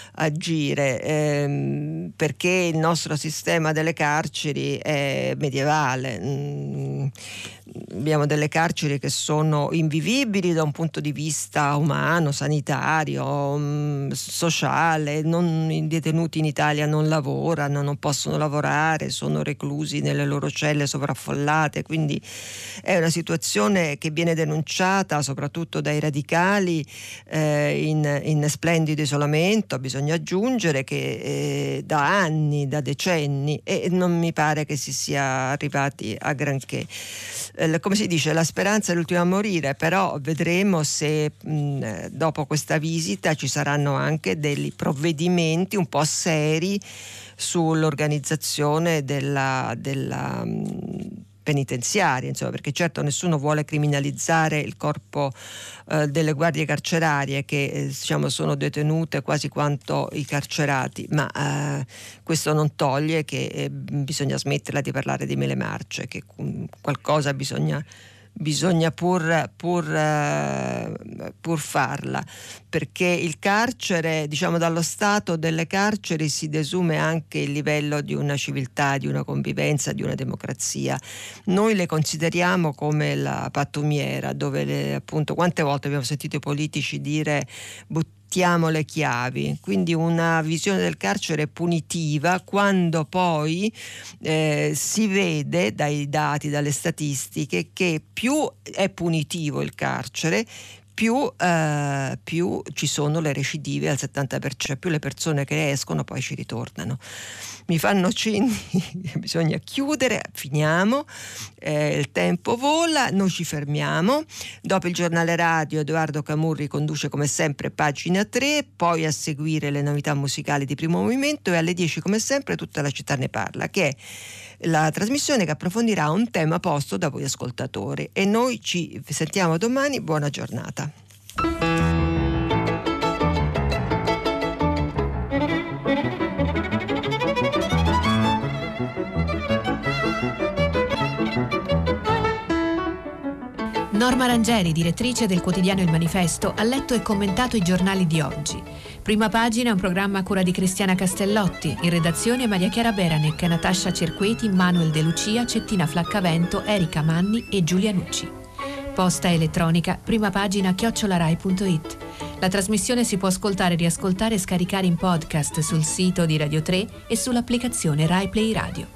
agire, perché il nostro sistema delle carceri è medievale. Abbiamo delle carceri che sono invivibili da un punto di vista umano, sanitario, sociale. I detenuti in Italia non lavorano, non possono lavorare, sono reclusi nelle loro celle sovraffollate, quindi è una situazione che viene denunciata soprattutto dai radicali in splendido isolamento. Bisogna aggiungere che da anni, da decenni, e non mi pare che si sia arrivati a granché. Come si dice, la speranza è l'ultima a morire, però vedremo se dopo questa visita ci saranno anche dei provvedimenti un po' seri sull'organizzazione della penitenziaria, insomma, perché certo nessuno vuole criminalizzare il corpo delle guardie carcerarie che diciamo sono detenute quasi quanto i carcerati, ma questo non toglie che bisogna smetterla di parlare di mele marce, che qualcosa bisogna pur farla, perché il carcere, diciamo, dallo stato delle carceri si desume anche il livello di una civiltà, di una convivenza, di una democrazia. Noi le consideriamo come la pattumiera, dove appunto quante volte abbiamo sentito i politici dire buttiamo le chiavi, quindi una visione del carcere punitiva, quando poi si vede dai dati, dalle statistiche, che più è punitivo il carcere, più ci sono le recidive al 70%, più le persone che escono poi ci ritornano. Mi fanno cenni, bisogna chiudere, finiamo, il tempo vola, noi ci fermiamo. Dopo il giornale radio Edoardo Camurri conduce come sempre Pagina 3, poi a seguire le novità musicali di Primo Movimento e alle 10 come sempre Tutta la città ne parla, che è la trasmissione che approfondirà un tema posto da voi ascoltatori. E noi ci sentiamo domani, buona giornata. Norma Rangeri, direttrice del quotidiano Il Manifesto, ha letto e commentato i giornali di oggi. Prima Pagina è un programma a cura di Cristiana Castellotti, in redazione Maria Chiara Beranec, Natascia Cerqueti, Manuel De Lucia, Cettina Flaccavento, Erika Manni e Giulia Nucci. Posta elettronica primapagina@rai.it. La trasmissione si può ascoltare, riascoltare e scaricare in podcast sul sito di Radio 3 e sull'applicazione Rai Play Radio.